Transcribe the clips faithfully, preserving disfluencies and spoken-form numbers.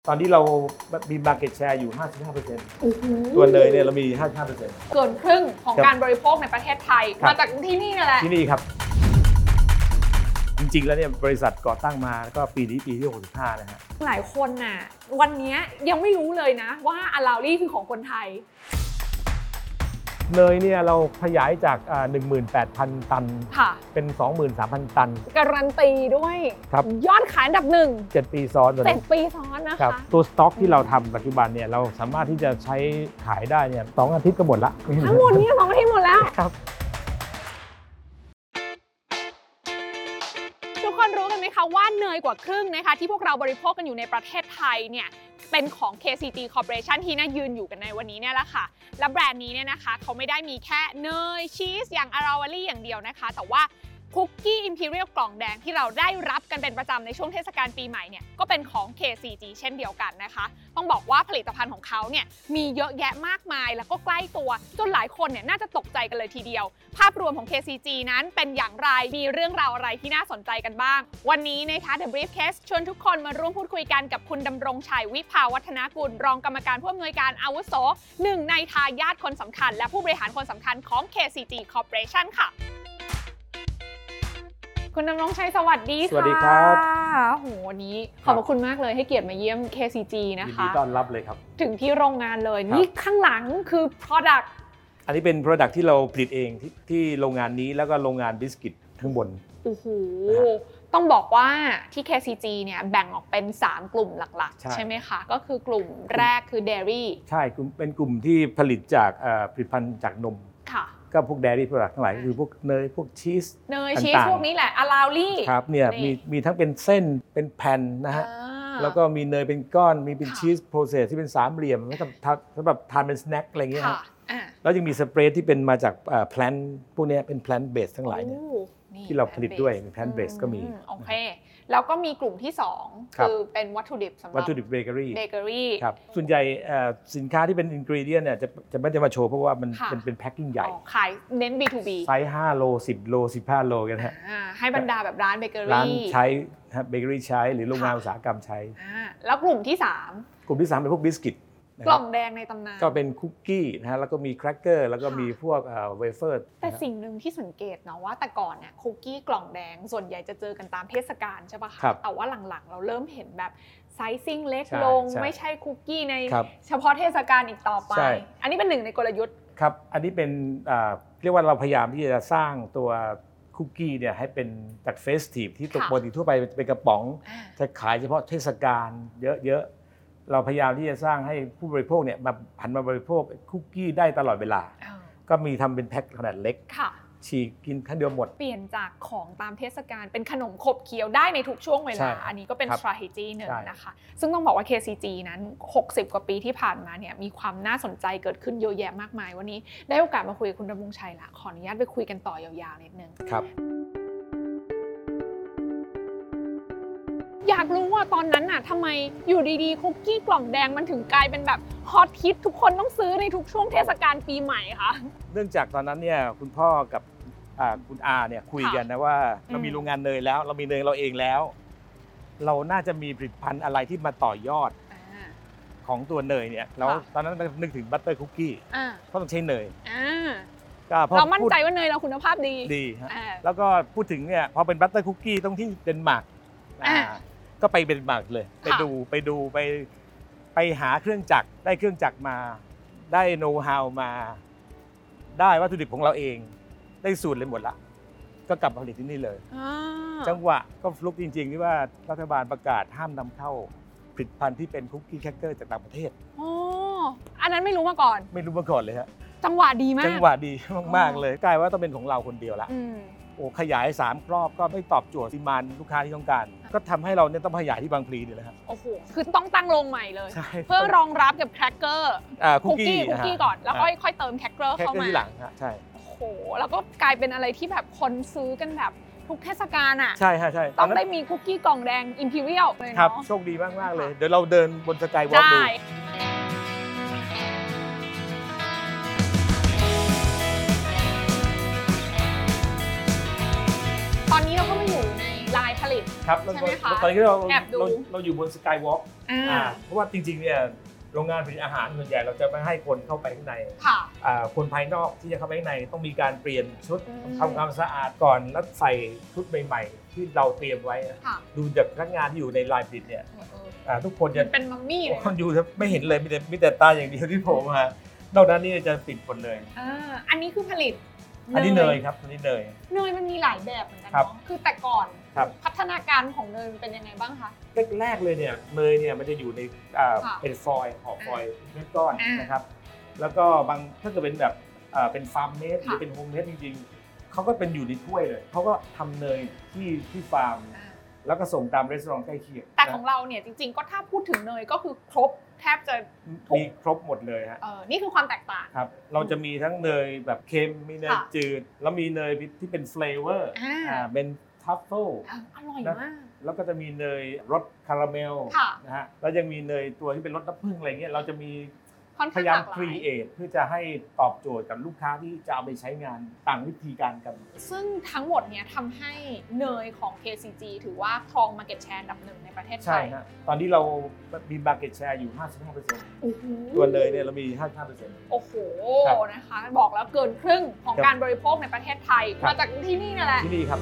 ตอนนี้เรามี market share อยู่ ห้าสิบห้าเปอร์เซ็นต์ ตัวเนยเนี่ยเรามี ห้าสิบห้าเปอร์เซ็นต์เกินครึ่งของการบริโภคในประเทศไทยมาจากที่นี่นี่แหละที่นี่ครับจริงๆแล้วเนี่ยบริษัทก่อตั้งมาก็ปีนี้ปีที่หกสิบห้านะฮะหลายคนน่ะวันนี้ยังไม่รู้เลยนะว่าอาลาลี่คือของคนไทยเนยเนี่ยเราขยายจาก หนึ่งหมื่นแปดพัน ตันเป็น สองหมื่นสามพัน ตันการันตีด้วยยอดขายอันดับหนึ่งเจ็ดปีซ้อนเจ็ดปีซ้อนนะคะตัวสต็อกที่เราทำปัจจุบันเนี่ยเราสามารถที่จะใช้ขายได้เนี่ยสองอาทิตย์ก็หมดละทั้งหมดนี้สองอาทิตย์หมดแล้วครับทุกคนรู้กันไหมคะว่าเนยกว่าครึ่งนะคะที่พวกเราบริโภคกันอยู่ในประเทศไทยเนี่ยเป็นของ เค ซี จี Corporation ที่น่ายืนอยู่กันในวันนี้เนี่ยแหละค่ะและแบรนด์นี้เนี่ยนะคะเขาไม่ได้มีแค่เนยชีสอย่างอาราวาลี่อย่างเดียวนะคะแต่ว่าคุกกี้ Imperial กล่องแดงที่เราได้รับกันเป็นประจำในช่วงเทศกาลปีใหม่เนี่ยก็เป็นของ เค ซี จี เช่นเดียวกันนะคะต้องบอกว่าผลิตภัณฑ์ของเขาเนี่ยมีเยอะแยะมากมายแล้วก็ใกล้ตัวจนหลายคนเนี่ยน่าจะตกใจกันเลยทีเดียวภาพรวมของ เค ซี จี นั้นเป็นอย่างไรมีเรื่องราวอะไรที่น่าสนใจกันบ้างวันนี้นะคะ The Briefcase ชวนทุกคนมาร่วมพูดคุยกันกับคุณดำรงชัยวิภาวัฒนากุลรองกรรมการผู้อำนวยการอาวุโสหนึ่งในทายาทคนสำคัญและผู้บริหารคนสำคัญของ เค ซี จี Corporation ค่ะคุณดำรงชัยสวัสดีค่ะสวัสดีครับโหวันนี้ขอบคุณมากเลยให้เกียรติมาเยี่ยม เค ซี จี นะคะยินดีต้อนรับเลยครับถึงที่โรงงานเลยนี่ข้างหลังคือ product อันนี้เป็น product ที่เราผลิตเองที่ที่โรงงานนี้แล้วก็โรงงานบิสกิตข้างบนโอ้โหต้องบอกว่าที่ เค ซี จี เนี่ยแบ่งออกเป็นสามกลุ่มหลักๆ ใช่, ใช่ไหมคะก็คือกลุ่มแรกคือ dairy ใช่เป็นกลุ่มที่ผลิตจากผลิตภัณฑ์จากนมค่ะก็พวก dairy product ทั้งหลายก็คือพวกเนยพวกชีสเนยชีสพวกนี้แหละอาลาวลี่ครับเนี่ยมีมีทั้งเป็นเส้นเป็นแผ่นนะฮะแล้วก็มีเนยเป็นก้อนมีเป็นชีสโปรเซสที่เป็นสามเหลี่ยมสำหรับสำหรับทานเป็นสแน็คอะไรเงี้ยแล้วยังมีสเปรย์ที่เป็นมาจากแพลนพวกนี้เป็นแพลนเบสทั้งหลายเนี่ยที่เราผลิตด้วยแพลนเบสก็มีโอเคแล้วก็มีกลุ่มที่สองคือเป็นวัตถุดิบสำหรับวัตถุดิบเบเกอรี่เบเกอรี่ครับส่วนใหญ่สินค้าที่เป็นอินกรีเดียนเนี่ยจะจะไม่ได้มาโชว์เพราะว่ามันเป็นเป็นแพ็คกิ้งใหญ่ขายเน้น บี ทู บีไซส์ห้าโลสิบโลสิบห้าโลกันฮะให้บรรดาแบบร้านเบเกอรี่ร้านใช้เบเกอรี่ใช้หรือโรงงานอุตสาหกรรมใช้แล้วกลุ่มที่สามกลุ่มที่สามเป็นพวกบิสกิตกล่องแดงในตำนานก็เป็นคุกกี้นะฮะแล้วก็มีแครกเกอร์แล้วก็มีพวกเวเฟอร์แต่สิ่งหนึ่งที่สังเกตเนาะว่าแต่ก่อนเนี่ยคุกกี้กล่องแดงส่วนใหญ่จะเจอกันตามเทศกาลใช่ป่ะคะแต่ว่าหลังๆเราเริ่มเห็นแบบไซซิ่งเล็กลงไม่ใช่คุกกี้ในเฉพาะเทศกาลอีกต่อไปอันนี้เป็นหนึ่งในกลยุทธ์ครับอันนี้เป็นเรียกว่าเราพยายามที่จะสร้างตัวคุกกี้เนี่ยให้เป็นจากเฟสทีฟที่ปกติทั่วไปเป็นกระป๋องจะขายเฉพาะเทศกาลเยอะเราพยายามที่จะสร้างให้ผู้บริโภคเนี่ยมาหันมาบริโภคคุกกี้ได้ตลอดเวลาก็มีทำเป็นแพ็คขนาดเล็กฉีกกินครั้งเดียวหมดเปลี่ยนจากของตามเทศกาลเป็นขนมขบเคี้ยวได้ในทุกช่วงเวลาอันนี้ก็เป็น strategy หนึ่งนะคะซึ่งต้องบอกว่า เค ซี จี นั้นหกสิบกว่าปีที่ผ่านมาเนี่ยมีความน่าสนใจเกิดขึ้นเยอะแยะมากมายวันนี้ได้โอกาสมาคุยกับคุณดำรงชัยละขออนุญาตไปคุยกันต่อยาวๆนิดนึงครับอยากรู้ว่าตอนนั้นน่ะทำไมอยู่ดีๆคุกกี้กล่องแดงมันถึงกลายเป็นแบบฮอตฮิตทุกคนต้องซื้อในทุกช่วงเทศกาลปีใหม่คะเนื่องจากตอนนั้นเนี่ยคุณพ่อกับคุณอาเนี่ยคุยกันนะว่าเรามีโรงงานเนยแล้วเรามีเนยเราเองแล้วเราน่าจะมีผลิตภัณฑ์อะไรที่มาต่อยอดของตัวเนยเนี่ยแล้วตอนนั้นนึกถึงบัตเตอร์คุกกี้เพราะต้องใช้เนยเรามั่นใจว่าเนยเราคุณภาพดีดีแล้วก็พูดถึงเนี่ยพอเป็นบัตเตอร์คุกกี้ต้องที่เดนมาร์กก็ไปเป็นบัตรเลยไปดูไปดูไปไปหาเครื่องจักรได้เครื่องจักรมาได้โน้ตฮาวมาได้วัตถุดิบของเราเองได้สูตรเลยหมดละก็กลับมาผลิตที่นี่เลยจังหวะก็ฟลุกจริงๆที่ว่ารัฐบาลประกาศห้ามนำเข้าผลิตภัณฑ์ที่เป็นคุกกี้แครกเกอร์จากต่างประเทศอ๋ออันนั้นไม่รู้มาก่อนไม่รู้มาก่อนเลยฮะจังหวะดีมากจังหวะดีมากๆเลยกลายว่าต้องเป็นของเราคนเดียวละโอ้ขยายสามรอบก็ไม่ตอบโจทย์ดีมานด์ลูกค้าที่ต้องการก็ทำให้เราเนี่ยต้องขยายที่บางพลีนี่แหละครับโอ้โหคือต้องตั้งโรงใหม่เลยเพื่อรองรับกับแครกเกอร์คุกกี้คุกกี้ก่อนแล้วค่อยๆเติมแครกเกอร์เข้ามาที่หลังใช่โอ้โหแล้วก็กลายเป็นอะไรที่แบบคนซื้อกันแบบทุกเทศกาลอ่ะใช่ใช่ใช่ต้องได้มีคุกกี้กล่องแดง Imperial เลยเนาะครับโชคดีมากๆเลยเดี๋ยวเราเดินบนสกายวอล์กดูตอนนี้เราก็มาอยู่ในลายผลิตครับใช่ไหมคะตอนนี้เราเราเราอยู่บนสกายวอล์กอ่าอ่าเพราะว่าจริงๆเนี่ยโรงงานผลิตอาหารส่วนใหญ่เราจะไม่ให้คนเข้าไปข้างในค่ะอ่าคนภายนอกที่จะเข้าไปข้างในต้องมีการเปลี่ยนชุดอืมทำความสะอาดก่อนแล้วใส่ชุดใหม่ๆ ที่เราเตรียมไว้อะค่ะดูจากพนักงานที่อยู่ในลายผลิตเนี่ยเออเอออ่าทุกคนจะเป็นมัมมี่เลยคนอยู่ไม่เห็นเลยมีแต่มีแต่ตาอย่างเดียวที่โผล่มานอกนั้นนี่จะปิดหมดเลยอ่าอันนี้คือผลิตอันนี้เนยครับอันนี้เนยเนยมันมีหลายแบบเหมือนกันครับเนาะคือแต่ก่อนครับพัฒนาการของเนยมันเป็นยังไงบ้างคะแรกๆเลยเนี่ยเนยเนี่ยมันจะอยู่ในอ่าค่ะเป็นฟอยล์ห่อฟอยล์เม็ดก้อนอ่านนะครับแล้วก็บางถ้าเกิดเป็นแบบอ่าเป็นฟาร์มเมดหรือค่ะเป็นโฮมเมดจริงๆเขาก็เป็นอยู่ในถ้วยเลยเขาก็ทำเนยที่ที่ฟาร์มอ่าแล้วก็ส่งตามร้านใกล้เคียงแต่นะของเราเนี่ยจริงๆ ก็ถ้าพูดถึงเนยก็คือครบแทบจะทุกมีครบหมดเลยฮะเออนี่คือความแตกต่างครับเราจะมีทั้งเนยแบบเค็มมีเนยค่ะจืดแล้วมีเนยที่เป็นเฟลเวอร์อ่าอ่าเป็นทัฟเฟิลเอออร่อยนะมากแล้วก็จะมีเนยรสคาราเมลค่ะนะฮะแล้วยังมีเนยตัวที่เป็นรสน้ำผึ้งอะไรเงี้ยเราจะมีค่อนพข้างยายาหมลากหคลารีเอย ทเพื่อจะให้ตอบโจทย์กับลูกค้าที่จะเอาไปใช้งานต่างวิธีการกันซึ่งทั้งหมดเนี่ยทำให้เนยของ เค ซี จี ถือว่าครอง market share อันดับหนึ่งในประเทศไทใช่ยฮะตอนนี้เรามี market share อยู่ ห้าสิบห้าเปอร์เซ็นต์โอ้โหตัวเนยเนี่ยเรามี ห้าสิบห้าเปอร์เซ็นต์โอ้โหครับนะคะ บอกแล้วเกินครึ่งของครับการบริโภคในประเทศไทยครับมาจากที่นี่นั่นแหละที่นี่ครับ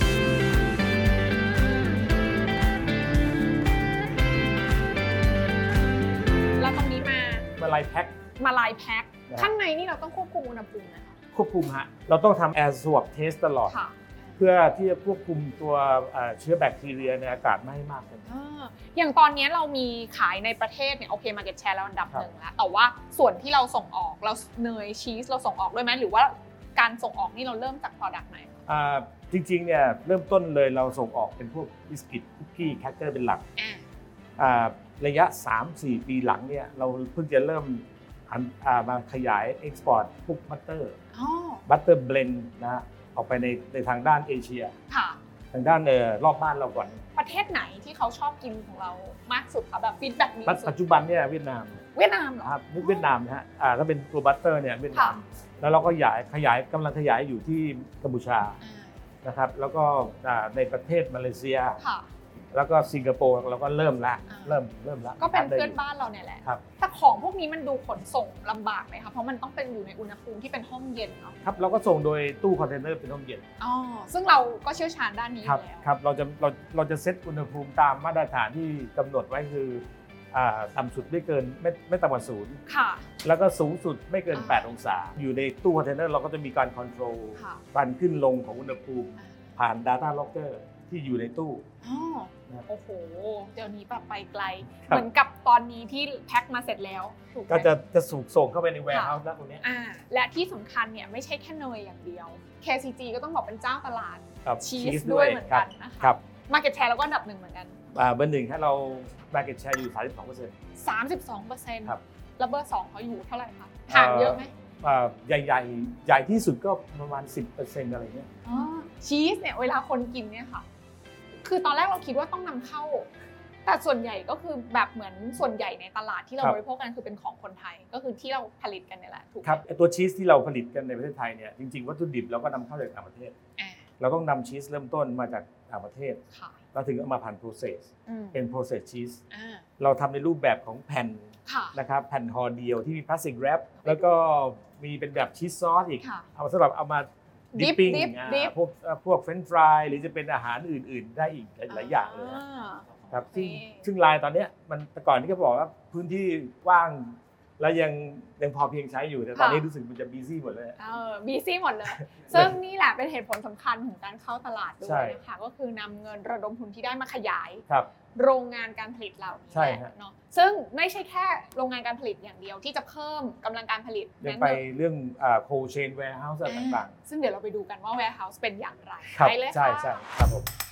แล้วตรงนี้มามาลายแพ็คมาลายแพ็คนะข้างในนี่เราต้องควบคุมอุณหภูมินะคะควบคุมฮะเราต้องทำ air swab test ตลอดค่ะเพื่อที่จะควบคุมตัวเอ่อเชื้อแบคทีเรียในอากาศไม่ให้มากเกินอ่าอย่างตอนนี้เรามีขายในประเทศเนี่ยโอเค market share เราอันดับครับหนึ่งแล้วแต่ว่าส่วนที่เราส่งออกเราเนยชีสเราส่งออกด้วยไหมหรือว่าการส่งออกนี่เราเริ่มจาก product ไหนอ่าจริงๆเนี่ยเริ่มต้นเลยเราส่งออกเป็นพวกบิสกิตคุกกี้แคคเกอร์เป็นหลักอ่าอ่าระยะ สามถึงสี่ ปีหลังเนี่ยเราเพิ่งจะเริ่มหันอ่ามาขยายเอ็กซ์พอร์ตพวกบัตเตอร์อ๋อบัตเตอร์เบลนด์นะฮะออกไปในในทางด้านเอเชียค่ะทางด้านเอ่อรอบบ้านเราก่อนประเทศไหนที่เขาชอบกินของเรามากสุดคะแบบฟีดแบ็กดีปัจสุปัดจจุบันเนี่ยเวียดนามเวียดนามเหรอนะครับเวียดนามนะฮะอ่าถ้าเป็นตัวบัตเตอร์เนี่ยเวียดนามค่ะแล้วเราก็ขยายขยายกำลังขยายอยู่ที่กัมพูชาอ่านะครับแล้วก็อ่าในประเทศมาเลเซียค่ะแล้วก็สิงคโปร์เราก็เริ่มละอ่าเริ่มเริ่มละก็เป็นได้เพื่อนยู่บ้านเราเนี่ยแหละครับแต่ของพวกนี้มันดูขนส่งลำบากไหมคะ เพราะมันต้องเป็นอยู่ในอุณหภูมิที่เป็นห้องเย็นเนาะครับเราก็ส่งโดยตู้คอนเทนเนอร์เป็นห้องเย็นอ๋อ ซึ่งเราก็เชี่ยวชาญด้านนี้อครับยู่แล้วครับเราจะเราเราจะเซตอุณหภูมิตามมาตรฐานที่กำหนดไว้คืออ่าต่ำสุดไม่เกินไม่ไม่ต่ำกว่าศูนย์ค่ะแล้วก็สูงสุดไม่เกินอ่าแปด องศา อยู่ในตู้คอนเทนเนอร์เราก็จะมีการคอนโทรลค่ะการขึ้นลงของอุณหภูมิอ่าผ่าน Data Logger ที่อยู่ในตู้อ๋อครับโอ้โห เดี๋ยวนี้แบบไปไกลครับเหมือนกับตอนนี้ที่แพ็คมาเสร็จแล้วถูกไหมก็จะจะสูกส่งเข้าไปใน warehouse แล้วตรงเนี้ยอ่า และที่สำคัญเนี่ยไม่ใช่แค่เนยอย่างเดียว เค ซี จี ก็ต้องบอกเป็นเจ้าตลาดครับชีส cheese ด้วยเหมือนกันนะคะครับ Market Share เราก็อันดับหนึ่งเหมือนกันอ่าเบอร์หนึ่งถ้าเรา market share อยู่ สามสิบสองเปอร์เซ็นต์สามสิบสองเปอร์เซ็นต์ครับแล้วเบอร์สองเขาอยู่เท่าไหร่คะห่างเยอะไหมอ่าใหญ่ใหญ่ใหญ่ที่สุดก็ประมาณ สิบเปอร์เซ็นต์ อะไรเงี้ยอ๋อชีสเนี่ยเวลาคนกินเนี่ยค่ะ คือตอนแรกเราคิดว่าต้องนำเข้า แต่ส่วนใหญ่ก็คือแบบเหมือนส่วนใหญ่ในตลาดที่เราครับบริโภคกันคือเป็นของคนไทย ก็คือที่เราผลิตกันเนี่ยแหละถูกไหมครับไอ้ตัวชีสที่เราผลิตกันในประเทศไทยเนี่ยจริงๆวัตถุดิบเราก็นำเข้าจากต่างประเทศอ่าเราต้องนำชีสเริ่มต้นมาจากต่างประเทศค่ะเราถึงเอามาผ่าน process อืมเป็น process cheese อ่าเราทำในรูปแบบของแผ่นค่ะนะครับแผ่นห่อเดียวที่มีพลาสติกแรปแล้วก็มีเป็นแบบชีสซอสอีกค่ะเอาสำหรับเอามา Dip dipping dip อ่า dip พวกเอ่อพวกเฟรนช์ฟรายหรือจะเป็นอาหารอื่นๆ ได้อีกหลายๆอย่างเลยนะาครับซึ่งโอเคซึ่งลายตอนเนี้ยมันแต่ก่อนที่เขาบอกว่าพื้นที่ว่างแล้วยังยังพอเพียงใช้อยู่แต่ตอนนี้รู้สึกมันจะบีซี่หมดเลยเออบีซี่หมดเลย ซึ่งนี่แหละเป็นเหตุผลสำคัญของการเข้าตลาดด้วใช่ยนะคะ ก็คือนำเงินระดมทุนที่ได้มาขยายครับโรงงานการผลิตเรานี่ใช่แหละฮะเนาะซึ่งไม่ใช่แค่โรงงานการผลิตอย่างเดียวที่จะเพิ่มกำลังการผลิตยังนั้นไปเนอะเรื่องโคเชนแวร์เฮาส์ต่างซึ่งเดี๋ยวเราไปดูกันว่า warehouse เป็นอย่างไรๆ ครับไปเลยใช่ค่ะใช่ครับผม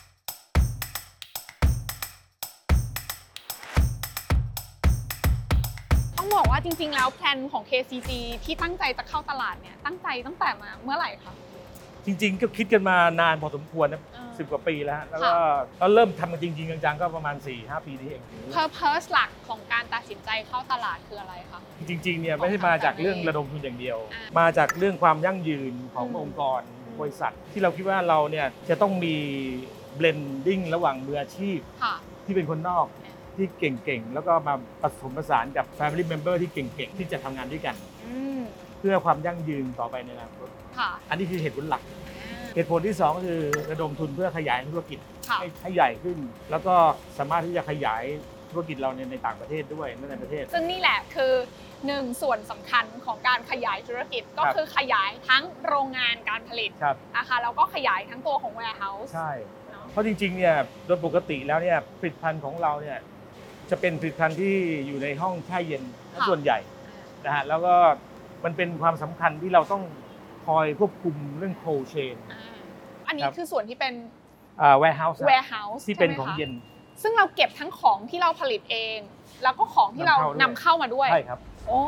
ต้องบอกว่าจริง ๆ แล้วแพลนของ เค ซี จี ที่ตั้งใจจะเข้าตลาดเนี่ยตั้งใจตั้งแต่มาเมื่อไหร่คะจริงๆ ก็คิดกันมานานพอสมควรนะเออสิบกว่าปีแล้วฮะแล้วก็ค่ะเราเริ่มทำกันจริงๆจังๆก็ประมาณ สี่ห้า ปีนี้เอง purpose หลักของการตัดสินใจเข้าตลาดคืออะไรคะจริงๆเนี่ยไม่ได้มาจากเรื่องระดมทุนอย่างเดียวอ่ามาจากเรื่องความยั่งยืนของอืมองค์กรบริษัท ที่เราคิดว่าเราเนี่ยจะต้องมี blending ระหว่างมืออาชีพค่ะที่เป็นคนนอกที่เก่งๆแล้วก็มาผสมผสานกับ Family Member ที่เก่งๆที่จะทำงานด้วยกันอืมเพื่อความยั่งยืนต่อไปในอนาคตค่ะอันนี้คือเหตุผลหลักเหตุผลที่สองก็คือระดมทุนเพื่อขยายธุรกิจค่ะให้ให้ใหญ่ขึ้น แล้วก็สามารถที่จะขยายธุรกิจเราในในต่างประเทศด้วยและในประเทศซึ่งนี่แหละคือหนึ่งส่วนสำคัญของการขยายธุรกิจก็ครับคือขยายทั้งโรงงานการผลิตครับนะคะแล้วก็ขยายทั้งตัวของ warehouse ใช่เนอะเพราะจริงๆเนี่ยโดยปกติแล้วเนี่ยผลิตภัณฑ์ของเราเนี่ยจะเป็นผลิตภัณฑ์ที่อยู่ในห้องแช่เย็นส่วนใหญ่นะฮะแล้วก็มันเป็นความสำคัญที่เราต้องคอยควบคุมเรื่อง cold chain อ่าอันนี้ครับคือส่วนที่เป็นอ่า warehouse นะ warehouse ที่เป็นใช่ไหมของคะเย็นซึ่งเราเก็บทั้งของที่เราผลิตเอง แล้วก็ของที่เรานำเข้ามาด้วยใช่ครับโอ้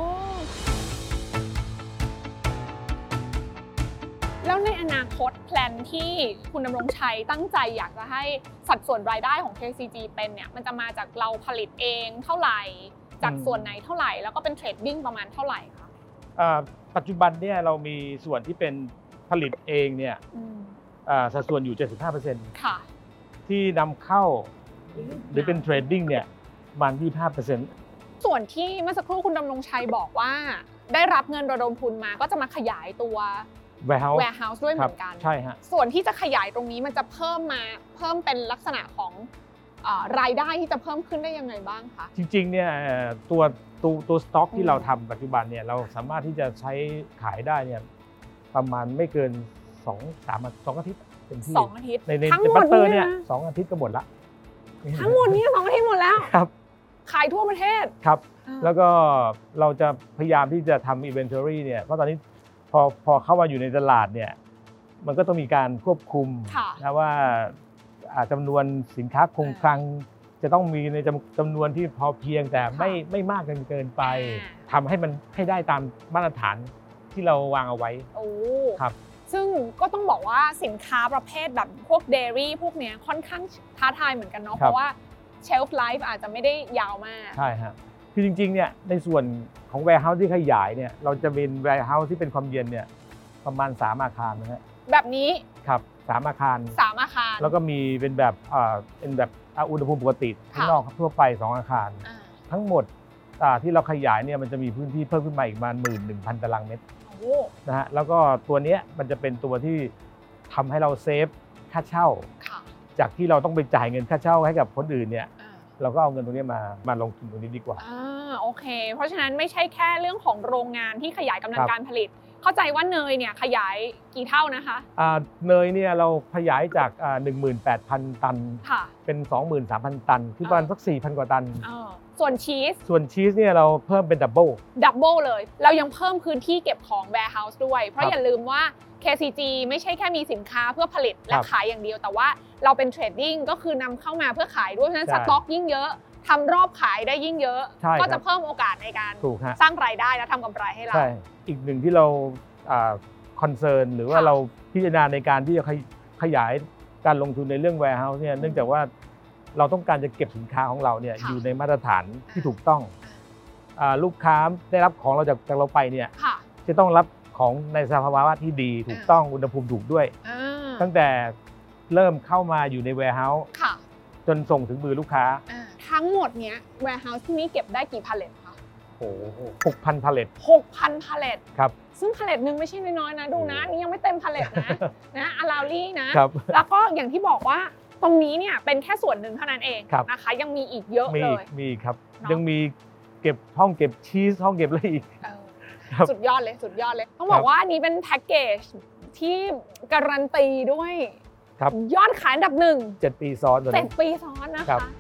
แล้วในอนาคตแพลนที่คุณดำรงชัยตั้งใจอยากจะให้สัดส่วนรายได้ของ เค ซี จี เป็นเนี่ยมันจะมาจากเราผลิตเองเท่าไหร่ จากส่วนไหนเท่าไหร่ แล้วก็เป็นเทรดดิ้งประมาณเท่าไหร่คะอ่าปัจจุบันเนี่ยเรามีส่วนที่เป็นผลิตเองเนี่ยอืมอ่าสัดส่วนอยู่ เจ็ดสิบห้าเปอร์เซ็นต์ค่ะที่นำเข้าหรือเป็นเทรดดิ้งเนี่ยประมาณ ยี่สิบห้าเปอร์เซ็นต์ส่วนที่เมื่อสักครู่คุณดำรงชัยบอกว่า ได้รับเงินระดมทุนมาก็จะมาขยายตัว warehouse warehouse ด้วยเหมือนกันใช่ฮะส่วนที่จะขยายตรงนี้มันจะเพิ่มมาเพิ่มเป็นลักษณะของเอ่อรายได้ที่จะเพิ่มขึ้นได้ยังไงบ้างคะจริงๆเนี่ยเอ่อตัวตัวตัวสต็อกที่อืมเราทำปัจจุบันเนี่ยเราสามารถที่จะใช้ขายได้เนี่ยประมาณไม่เกินสองสามสองอาทิตย์เต็มที่สองอาทิตย์ในในทั้งหมบัดตเตอร์เนี่เนี่ย ยสองอาทิตย์ก็หมดละทั้งหมดเนี่ยสองอาทิตย์หมดแล้วครับขายทั่วประเทศครับอ่าแล้วก็เราจะพยายามที่จะทำ inventory เนี่ยเพราะตอนนี้พอพอเข้ามาอยู่ในตลาดเนี่ยมันก็ต้องมีการควบคุมค่ะนะว่าอ่าจำนวนสินค้าคงคลัง จะต้องมีในจำจำนวนที่พอเพียงแต่ไม่ไม่มากเกินเกินไปอ่าทำให้มันให้ได้ตามมาตรฐานที่เราวางเอาไว้โอ้ครับซึ่งก็ต้องบอกว่าสินค้าประเภทแบบพวกเดลี่พวกเนี้ยค่อนข้างท้าทายเหมือนกันเนาะคเพรับราะว่าเชลฟ์ไลฟ์อาจจะไม่ได้ยาวมากใช่ฮะคือจริงๆเนี่ยในส่วนของ warehouse ที่ขยายเนี่ยเราจะเป็น warehouse ที่เป็นความเย็นเนี่ยประมาณสามอาคารนะฮะแบบนี้ครับสามอาคารสามอาคารแล้วก็มีเป็นแบบอ่าเป็นแบบอ่าอุณหภูมิปกติข้างนอกทั่วไปสองอาคารอ่าทั้งหมดอ่าที่เราขยายเนี่ยมันจะมีพื้นที่เพิ่มขึ้นมาอีกประมาณหมื่นหนึ่งพันตารางเมตรโอ้นะฮะแล้วก็ตัวเนี้ยมันจะเป็นตัวที่ทำให้เราเซฟค่าเช่าค่ะจากที่เราต้องไปจ่ายเงินค่าเช่าให้กับคนอื่นเนี่ยอ่าเราก็เอาเงินตรงนี้มามาลงทุนตรงนี้ดีกว่าอ่าโอเค เพราะฉะนั้นไม่ใช่แค่เรื่องของโรงงานที่ขยายกำลังครับการผลิต เข้าใจว่าเนยเนี่ยขยายกี่เท่านะคะอ่าเนยเนี่ยเราขยายจากอ่าหนึ่งหมื่นแปดพันตันค่ะเป็น สองหมื่นสามพัน ตันคือประมาณสักสี่พันกว่าตันเออส่วนชีสส่วนชีสเนี่ยเราเพิ่มเป็นดับเบิลดับเบิลเลย เรายังเพิ่มพื้นที่เก็บของ warehouse ด้วย เพราะครับอย่าลืมว่า เค ซี จี ไม่ใช่แค่มีสินค้าเพื่อผลิตและครับขายอย่างเดียว แต่ว่าเราเป็นเทรดดิ้งก็คือนำเข้ามาเพื่อขายด้วย เพราะฉะนั้นใช่สต็อกยิ่งเยอะทำรอบขายได้ยิ่งเยอะใช่ก็ครัจะบเพิ่มโอกาสในการถูกฮะสร้างรายได้และทำกำไรให้เราใช่ อีกหนึ่งที่เราคอนเซิร์นหรือว่าค่ะเราพิจารณาในการที่จะขยขยายการลงทุนในเรื่อง warehouse เนี่ยเนื่องจากว่าเราต้องการจะเก็บสินค้าของเราเนี่ยค่ะอยู่ในมาตรฐานที่อ่าถูกต้องอ่าลูกค้าได้รับของเราจากจากเราไปเนี่ยค่ะจะต้องรับของในสภาวะที่ดีถูกต้องอุณหภูมิถูกด้วยอ่าตั้งแต่เริ่มเข้ามาอยู่ใน warehouse ค่ะจนส่งถึงมือลูกค้าอ่าทั้งหมดเนี้ย warehouse ที่นี่เก็บได้กี่พาเลตคะโอ้โหหกพันพาเลตหกพันพาเลตครับซึ่งพาเลตหนึ่งไม่ใช่น้อยๆนะ ดูนะโอ้นี่ยังไม่เต็มพาเลตนะ นะอาราลี่นะครับแล้วก็อย่างที่บอกว่าตรงนี้เนี่ยเป็นแค่ส่วนหนึ่งเท่านั้นเองครับนะคะ ยังมีอีกเยอะมีเลอีกยมีอีกครับเนอะยังมีเก็บห้องเก็บชีสห้องเก็บอะไรอีกเออครับสุดยอดเลยสุดยอดเลย ต้องบอคกรับว่าอันนี้เป็นแพ็กเกจที่การันตีด้วยครับยอดขายอันดับหนึ่งเจ็ดปีซ้อนตัวเจ็ดนี้ปีซ้อนนะครัคะบ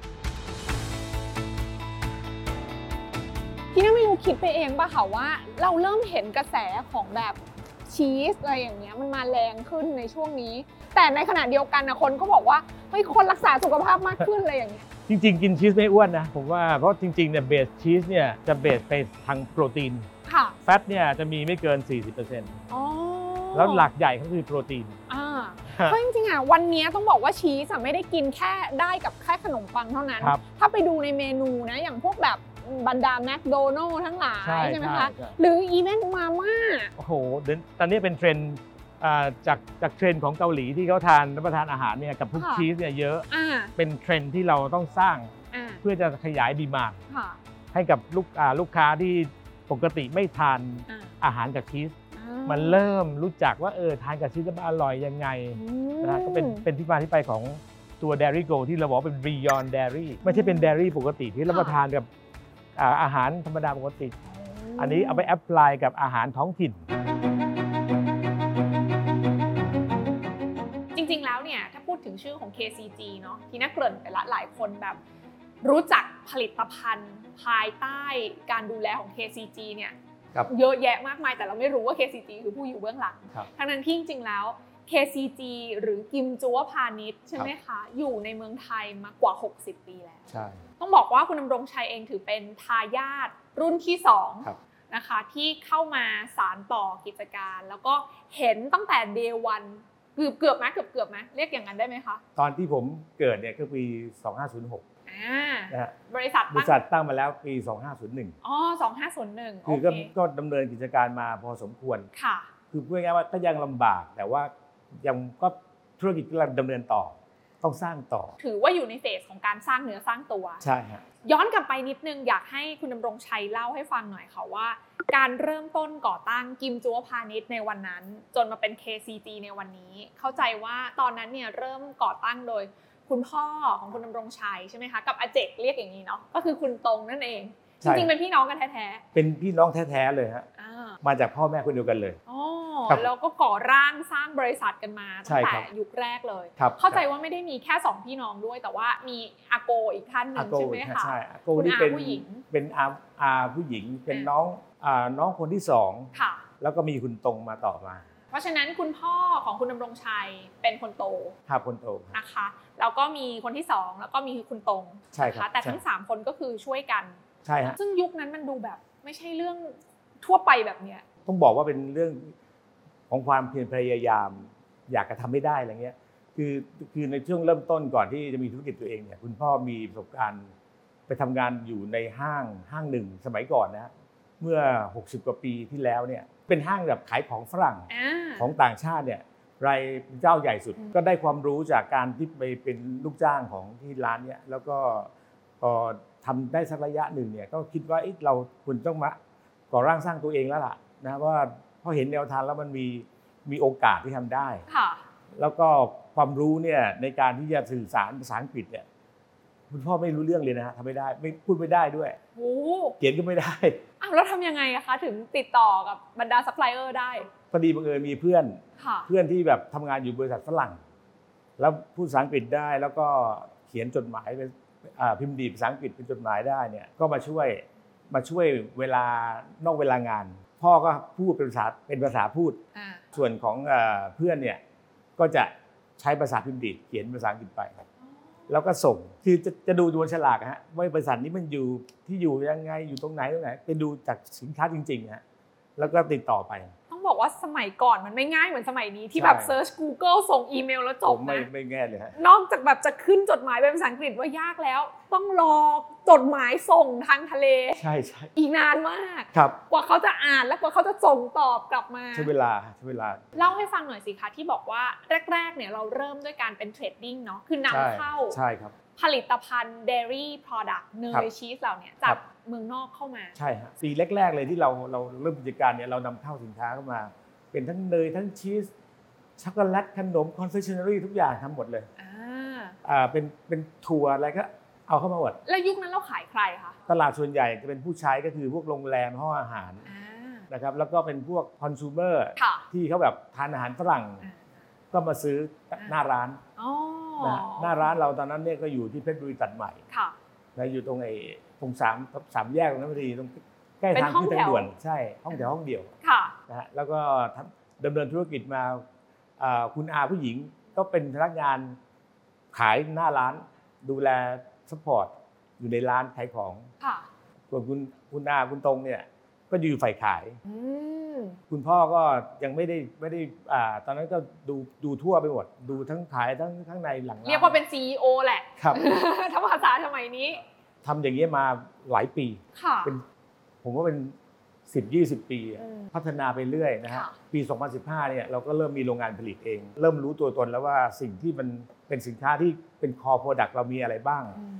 พี่น่าไม่รู้คิดไปเองป่ะค่ะว่าเราเริ่มเห็นกระแสของแบบชีสอะไรอย่างเงี้ยมันมาแรงขึ้นในช่วงนี้ แต่ในขณะเดียวกันนะคนก็บอกว่าเฮ้ยคนรักษาสุขภาพมากขึ้นอะไรอย่างเงี้ยจริงๆ กินชีสไม่อ้วนนะผมว่าเพราะจริงๆเนี่ยเบสชีสเนี่ยจะเบสไปทางโปรตีนค่ะแฟตเนี่ยจะมีไม่เกิน สี่สิบเปอร์เซ็นต์อ๋อแล้วหลักใหญ่ก็คือโปรตีนอ่าเพราะจริงๆอ่ะวันนี้ต้องบอกว่าชีสอะไม่ได้กินแค่ได้กับแค่ขนมปังเท่านั้นครับถ้าไปดูในเมนูนะอย่างพวกแบบบรรดาแมคโดนัลล์ทั้งหลายใช่ใช่ไหมใช่คะใช่หรืออีเวนต์มาม่าโอ้โหเดี๋ยวตอนนี้เป็นเทรนด์อ่าจากจากเทรนด์ของเกาหลีที่เขาทานรับประทานอาหารเนี่ยกับพวกค่ะชีสเนี่ยเยอะอ่าเป็นเทรนด์ที่เราต้องสร้างอ่าเพื่อจะขยายดีมานด์ค่ะให้กับลูกอ่าลูกค้าที่ปกติไม่ทานอ่าอาหารกับชีสอ่ามันเริ่มรู้จักว่าเออทานกับชีสแล้วมันอร่อยยังไงอืมนะฮะก็เป็นเป็นที่มาที่ไปของตัว Dairy Go ที่เราบอกว่าเป็น Beyond Dairy ไม่ใช่เป็น Dairy ปกติที่เรามาทานกับอ่าอาหารธรรมดาปกติ อันนี้เอาไปแอพพลายกับอาหารท้องถิ่นจริงๆแล้วเนี่ยถ้าพูดถึงชื่อของ เค ซี จี เนาะที่น่าเกริ่นไปละหลายคนแบบรู้จักผลิตภัณฑ์ภายใต้การดูแลของ เค ซี จี เนี่ยครับเยอะแยะมากมายแต่เราไม่รู้ว่า เค ซี จี คือผู้อยู่เบื้องหลังครับทั้งนั้นที่จริงๆแล้ว เค ซี จี หรือกิมจั๊วพาณิชย์ใช่ไหมคะอยู่ในเมืองไทยมากว่าหกสิบปีแล้วใช่ต้องบอกว่าคุณดำรงชัยเองถือเป็นทายาทรุ่นที่สองครับนะคะที่เข้ามาสานต่อกิจการ แล้วก็เห็นตั้งแต่ เดย์ วัน เกือบเกือบไหมเกือบเกือบไหมเรียกอย่างนั้นได้ไหมคะตอนที่ผมเกิดเนี่ยก็ปี สองพันห้าร้อยหกอ่านะฮะบริษัทบริษัทตั้งมาแล้วปี สองพันห้าร้อยหนึ่งอ๋อสองพันห้าร้อยหนึ่งคือโอก็เคก็ดำเนินกิจการมาพอสมควรค่ะคือพูดง่ายๆว่าก็ยังลำบากแต่ว่ายังก็ธุรกิจกำลังดำเนินต่อต้องสร้างต่อถือว่าอยู่ในเฟสของการสร้างเนื้อสร้างตัวใช่ฮะย้อนกลับไปนิดนึงอยากให้คุณดำรงชัยเล่าให้ฟังหน่อยค่ะว่า การเริ่มต้นก่อตั้งกิมจั๊วพาณิชย์ในวันนั้น จนมาเป็น เค ซี จี ในวันนี้ เข้าใจว่าตอนนั้นเนี่ยเริ่มก่อตั้งโดยคุณพ่อของคุณดำรงชัยใช่ไหมคะกับอาเจกเรียกอย่างนี้เนาะก็คือคุณตรงนั่นเองจใช่ริงๆเป็นพี่น้องกันแท้เป็นพี่น้องแท้ๆเลยฮะๆอ่ามาจากพ่อแม่คนเดียวกันเลยอ๋อครับแล้วก็ก่อร่างสร้างบริษัทกันมาใช่ตั้งครัแต่บยุคแรกเลยครับเข้าใจว่าไม่ได้มีแค่สองพี่น้องด้วย แต่ว่ามีอาโกอีกท่านหนึ่อาง โกใช่ไหมคะใช่อาโกคุณนี่อาเป็นผู้หญิงเป็นอาอาผู้หญิงเป็นอ่าน้องอ่าน้องคนที่สองค่ะแล้วก็มีคุณตรงมาต่อมาเพราะฉะนั้นคุณพ่อของคุณดำรงชัยเป็นคนโตครับคนโตครับนะคะ แล้วก็มีคนที่สองแล้วก็มีคุณตรงใช่ครับนะคะแต่ทั้งใช่สามคนก็คือช่วยกันใช่ฮะซึ่งยุคนั้นมันดูแบบไม่ใช่เรื่องทั่วไปแบบเนี้ยต้องบอกว่าเป็นเรื่องของความเพียรพยายาม อยากจะทำให้ได้อะไรเงี้ยคือคือในช่วงเริ่มต้นก่อนที่จะมีธุรกิจตัวเองเนี่ยคุณพ่อมีประสบการณ์ไปทำงานอยู่ในห้างห้างหนึ่งสมัยก่อนนะเมื่อหกสิบกว่าปีที่แล้วเนี่ยเป็นห้างแบบขายของฝรั่งอ่าของต่างชาติเนี่ยรายเจ้าใหญ่สุดอืมก็ได้ความรู้จากการที่ไปเป็นลูกจ้างของที่ร้านเนี่ยแล้วก็พอทำได้สักระยะหนึ่งเนี่ยก็คิดว่าเอ๊ะเราควรต้องมาก่อร่างสร้างตัวเองแล้วล่ะนะว่าพอเห็นแนวทางแล้วมันมีมีโอกาสที่ทำได้ค่ะแล้วก็ความรู้เนี่ยในการที่จะสื่อสารภาษาอังกฤษเนี่ยคุณพ่อไม่รู้เรื่องเลยนะฮะทำไม่ได้ไม่พูดไม่ได้ด้วยโอ้เขียนก็ไม่ได้อ้าวแล้วทำยังไงอะคะถึงติดต่อกับบรรดาซัพพลายเออร์ได้พอดีบังเอิญมีเพื่อนค่ะเพื่อนที่แบบทำงานอยู่บริษัทฝรั่ง แล้วพูดภาษาอังกฤษได้แล้วก็เขียนจดหมายเป็นอ่าพิมพ์ดีดภาษาอังกฤษเป็นจดหมายได้เนี่ยก็มาช่วยมาช่วยเวลานอกเวลางาน พ่อก็พูดเป็นภาษาเป็นภาษาพูดอ่าส่วนของเอ่อเพื่อนเนี่ยก็จะใช้ภาษาพิมพ์ดีดเขียนภาษาอังกฤษไป แล้วก็ส่งคือจะจะดูบนฉลากฮะว่าบริษัทนี้มันอยู่ที่อยู่ยังไงอยู่ตรงไหนตรงไหนไปดูจากสินค้าจริงๆฮะแล้วก็ติดต่อไปต้องบอกว่าสมัยก่อนมันไม่ง่ายเหมือนสมัยนี้ที่ใช่แบบเซิร์ช Google ส่งอีเมลแล้วจผบมไม่นะไม่แง่เลยฮะนอกจากแบบจะขึ้นจดหมายเป็นภาษาอังกฤษว่ายากแล้ว ต้องรอจดหมายส่งทางทะเลใช่ใช่อีกนานมากครับกว่าเขาจะอ่านและกว่าเขาจะส่งตอบกลับมาใช้เวลาใช้เวลาเล่าให้ฟังหน่อยสิคะที่บอกว่าแรกๆเนี่ยเราเริ่มด้วยการเป็นเทรดดิ้งเนาะคือนำเข้าใช่ครับผลิตภัณฑ์ dairy product เนครับยชีสเหล่าเนี้ยครัจากบเมืองนอกเข้ามาใช่ฮะปีแรกๆเลยที่เราเราเริ่มกิจการเนี่ยเรานำเข้าสินค้าเข้ามา เป็นทั้งเนยทั้งชีสช็อกโกแลตขนมคอนเฟคชั่นนารีทุกอย่างทำหมดเลยอ่าอ่าเป็นเป็นทัวร์อะไรก็เอาเข้ามาหมดแล้วยุคนั้นเราขายใครคะตลาดส่วนใหญ่จะเป็นผู้ใช้ก็คือพวกโรงแรมห้องอาหารอ่านะครับแล้วก็เป็นพวกคอน sumer ค่ะที่เขาแบบทานอาหารฝรั่งอ่าก็มาซื้อหน้าร้านอ๋อนะฮะหน้าร้านเราตอนนั้นเนี่ยก็อยู่ที่เพชรบุรีตัดใหม่ค่ะนะอยู่ตรงไอ้ตรงสามสามแยกตรงนั้นพอดีตรงใกล้เป็นทางห้องขึ้นทางด่วนแถวใช่ห้องแถวห้องเดียวค่ะนะฮะแล้วก็ทำดำเนินธุรกิจมาอ่าคุณอาผู้หญิงก็เป็นพนักงานขายหน้าร้าน ดูแลซัพพอร์ตอยู่ในร้านขายของค่ะส่วนคุณคุณอาคุณตรงเนี่ยก็อยู่ฝ่ายขายอืมคุณพ่อก็ยังไม่ได้ไม่ได้อ่าตอนนั้นก็ดูดูทั่วไปหมดดูทั้งขายทั้งทั้งในหลังร้านเรียกว่าเป็น ซี อี โอ แหละครับถ้าภาษาสมัยนี้ทำอย่างนี้ยมาหลายปีค่ะเป็นผมว่าเป็นสิบ ยี่สิบ ปีอะอืมพัฒนาไปเรื่อยนะฮะค่ะปี สองพันสิบห้า เนี่ยเราก็เริ่มมีโรงงานผลิตเอง เริ่มรู้ตัวตนแล้วว่าสิ่งที่มันเป็นสินค้าที่เป็น core product เรามีอะไรบ้างอืมก็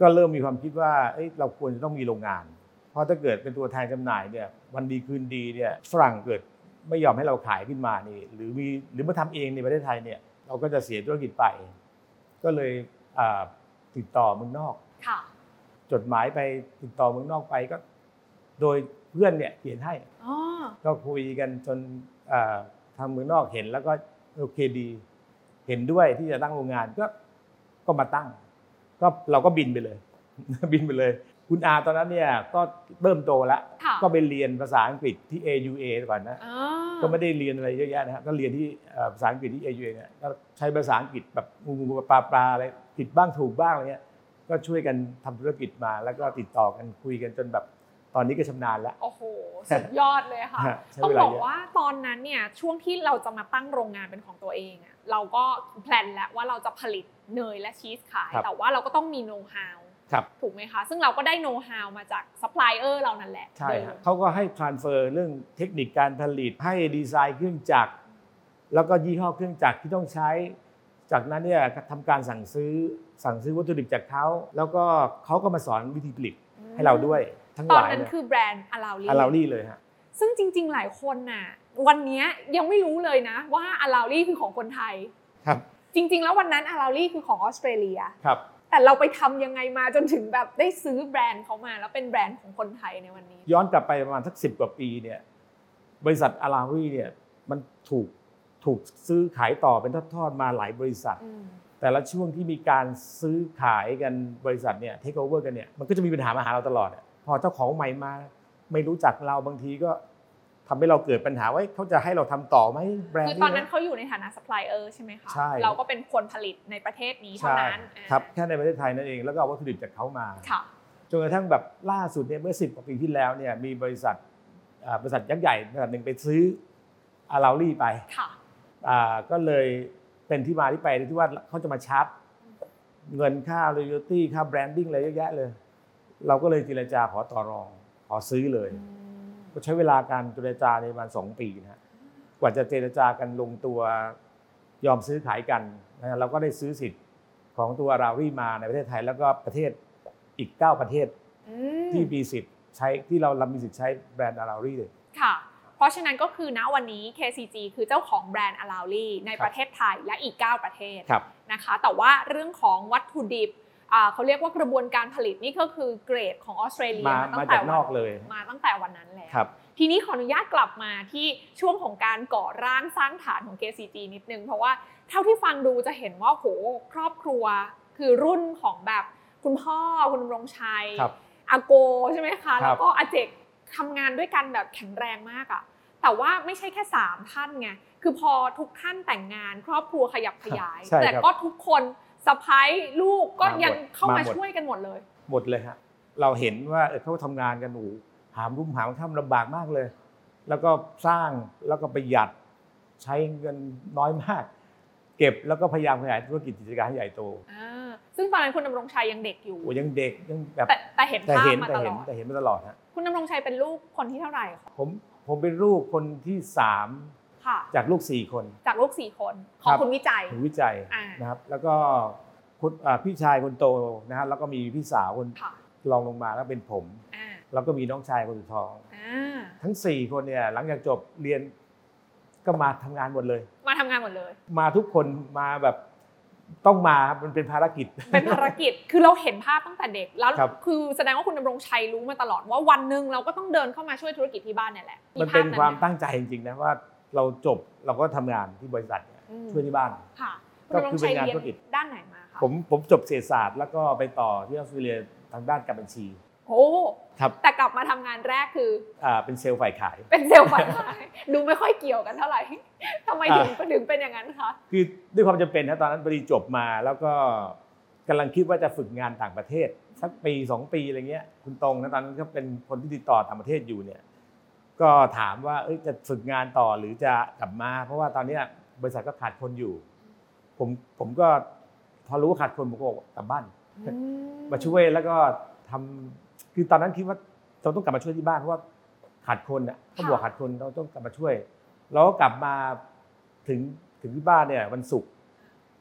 ก็เริ่มมีความคิดว่าเอ้ยเราควรจะต้องมีโรงงานเพราะถ้าเกิดเป็นตัวแทนจำหน่ายเนี่ยวันดีคืนดีเนี่ยฝรั่งเกิดไม่ยอมให้เราขายขึ้นมานี่หรือมีหรือมาทำเองในประเทศไทยเนี่ยเราก็จะเสียธุรกิจไปก็เลยติดต่อเมืองนอกจดหมายไปติดต่อเมืองนอกไปก็โดยเพื่อนเนี่ยเขียนให้ก็คุยกันจนทางเมืองนอกเห็นแล้วก็โอเคดีเห็นด้วยที่จะตั้งโรงงานก็ก็มาตั้งก็เราก็บินไปเลยบินไปเลยคุณอาตอนนั้นเนี่ยก็เริ่มโตแล้วก็ไปเรียนภาษาอังกฤษที่ เอ ยู เอ ก่อนนะก็ไม่ได้เรียนอะไรเยอะแยะนะครับก็เรียนที่ภาษาอังกฤษที่ เอ ยู เอ เนี่ยก็ใช้ภาษาอังกฤษแบบงูๆปลาปลาอะไรผิดบ้างถูกบ้างอะไรเงี้ยก็ช่วยกันทำธุรกิจมาแล้วก็ติดต่อกันคุยกันจนแบบตอนนี้ก็ชำนาญแล้วโอ้โหสุดยอดเลยค่ะต้องบอกว่าตอนนั้นเนี่ยช่วงที่เราจะมาตั้งโรงงานเป็นของตัวเองอ่ะเราก็แพลนแล้วว่าเราจะผลิตเนยและชีสขายแต่ว่าเราก็ต้องมีโน้ตฮาวถูกไหมคะซึ่งเราก็ได้โน้ตฮาวมาจากซัพพลายเออร์เรานั่นแหละใช่ครับเขาก็ให้ทรานสเฟอร์เรื่องเทคนิคการผลิตให้ดีไซน์เครื่องจักรแล้วก็ยี่ห้อเครื่องจักรที่ต้องใช้จากนั้นเนี่ยทำการสั่งซื้อสั่งซื้อวัตถุดิบจากเขาแล้วก็เขาก็มาสอนวิธีผลิตให้เราด้วยทั้งหลายตอนนั้นคือแบรนด์อาราลี่อาราลี่เลยฮะซึ่งจริงๆหลายคนน่ะวันนี้ยังไม่รู้เลยนะว่าอาราลี่คือของคนไทยครับจริงๆแล้ววันนั้นอาราลี่คือของออสเตรเลียครับแต่เราไปทำยังไงมาจนถึงแบบได้ซื้อแบรนด์เขามาแล้วเป็นแบรนด์ของคนไทยในวันนี้ย้อนกลับไปประมาณสักสิบกว่าปีเนี่ยบริษัทอาราลี่เนี่ยมันถูกถูกซื้อขายต่อเป็นทอดๆมาหลายบริษัทแต่ละช่วงที่มีการซื้อขายกันบริษัทเนี่ยเทคโอเวอร์กันเนี่ยมันก็จะมีปัญหามาหาเราตลอดพอเจ้าของใหม่มาไม่รู้จักเราบางทีก็ทำให้เราเกิดปัญหาว่าเขาจะให้เราทำต่อไหมแบรนด์คือตอนนั้นเขาอยู่ในฐานะซัพพลายเออร์ใช่ไหมคะใช่เราก็เป็นคนผลิตในประเทศนี้เท่านั้นครับแค่ในประเทศไทยนั่นเองแล้วก็เอาวัตถุดิบจากเขามาจนกระทั่งแบบล่าสุดเนี่ยเมื่อสิบกว่าปีที่แล้วเนี่ยมีบริษัทบริษัทยักษ์ใหญ่บริษัทหนึ่งไปซื้ออาราลี่ไปก็เลยเป็นที่มาที่ไปที่ว่าเขาจะมาชาร์จเงินค่า royalty ค่าแบรนดิ้งอะไรเยอะแยะเลยเราก็เลยเจรจาขอต่อรองขอซื้อเลยก็ใช้เวลาการเจรจาในประมาณสองปีนะกว่าจะเจรจากันลงตัวยอมซื้อขายกันนะเราก็ได้ซื้อสิทธิ์ของตัวอาราลี่มาในประเทศไทยแล้วก็ประเทศอีกเก้าประเทศที่มีสิทธิ์ใช้ที่เรารับมีสิทธิ์ใช้แบรนด์อาราลี่เลยค่ะเพราะฉะนั้นก็คือณวันนี้ เค ซี จี คือเจ้าของแบรนด์อาราลี่ในประเทศไทยและอีกเก้าประเทศนะคะแต่ว่าเรื่องของวัตถุดิบเขาเรียกว่ากระบวนการผลิตนี่ก็คือเกรดของออสเตรเลียมาตั้งแต่นอกเลยมาตั้งแต่วันนั้นแล้วทีนี้ขออนุญาตกลับมาที่ช่วงของการก่อร่างสร้างฐานของ เค ซี จี นิดนึงเพราะว่าเท่าที่ฟังดูจะเห็นว่าโหครอบครัวคือรุ่นของแบบคุณพ่อคุณดำรงชัยอาโกใช่ไหมคะแล้วก็อาเจกทำงานด้วยกันแบบแข็งแรงมากอะแต่ว่าไม่ใช่แค่สามท่านไงคือพอทุกท่านแต่งงานครอบครัวขยับขยายแต่ก็ทุกคนสะใภ้ลูกก็ยังเข้ามาช่วยกันหมดเลยหมดเลยฮะเราเห็นว่าเขาทำงานกันหนูหามรุ่มหามค่ำลำบากมากเลยแล้วก็สร้างแล้วก็ประหยัดใช้เงินน้อยมากเก็บแล้วก็พยายามขยายธุรกิจกิจการให้ใหญ่โตซึ่งตอนนั้นคุณดำรงชัยยังเด็กอยู่โอ้ยังเด็กยังแบบแต่เห็นภาพมาตลอดแต่เห็นมาตลอดฮะคุณดำรงชัยเป็นลูกคนที่เท่าไหร่คะผมผมเป็นลูกคนที่สามจากลูกสี่คนจากลูกสี่คนของคุณวิจัยคุณวิจัยนะครับแล้วก็คุณพี่ชายคนโตนะฮะแล้วก็มีพี่สาวคนรองลงมาแล้วเป็นผมแล้วก็มีน้องชายคนสุดท้องทั้งสี่คนเนี่ยหลังจากจบเรียนก็มาทำงานหมดเลยมาทำงานหมดเลยมาทุกคนมาแบบต้องมามันเป็นภารกิจเป็นภารกิจคือเราเห็นภาพตั้งแต่เด็กแล้วคือแสดงว่าคุณดำรงชัยรู้มาตลอดว่าวันนึงเราก็ต้องเดินเข้ามาช่วยธุรกิจที่บ้านเนี่ยแหละมันเป็นความตั้งใจจริงๆนะว่าเราจบเราก็ทำงานที่บริษัทช่วยที่บ้านค่ะคุณดำรงชัยเรียนด้านไหนมาคะผมผมจบเศรษฐศาสตร์แล้วก็ไปต่อที่ออสเตรเลียทางด้านการบัญชีโอ้ครับแต่กลับมาทำงานแรกคืออ่าเป็นเซลล์ฝ่ายขายเป็นเซลล์ฝ่ายขายดูไม่ค่อยเกี่ยวกันเท่าไหร่ทำไมถึงถึงเป็นอย่างนั้นคะคือด้วยความจำเป็นนะตอนนั้นพอดีจบมาแล้วก็กำลังคิดว่าจะฝึกงานต่างประเทศสักปีสองปีอะไรเงี้ยคุณตรงนะตอนนั้นก็เป็นคนที่ติดต่อต่างประเทศอยู่เนี่ยก็ถามว่าเอ้ยจะฝึกงานต่อหรือจะกลับมาเพราะว่าตอนนี้บริษัทก็ขาดคนอยู่ผมผมก็พอรู้ว่าขาดคนผมก็กลับบ้านมาช่วยแล้วก็ทำคือตอนนั้นคิดว่าเราต้องกลับมาช่วยที่บ้านเพราะว่าขาดคนอ่ะเขาบอกขาดคนเราต้องกลับมาช่วยเราก็กลับมาถึงถึงที่บ้านเนี่ยวันศุกร์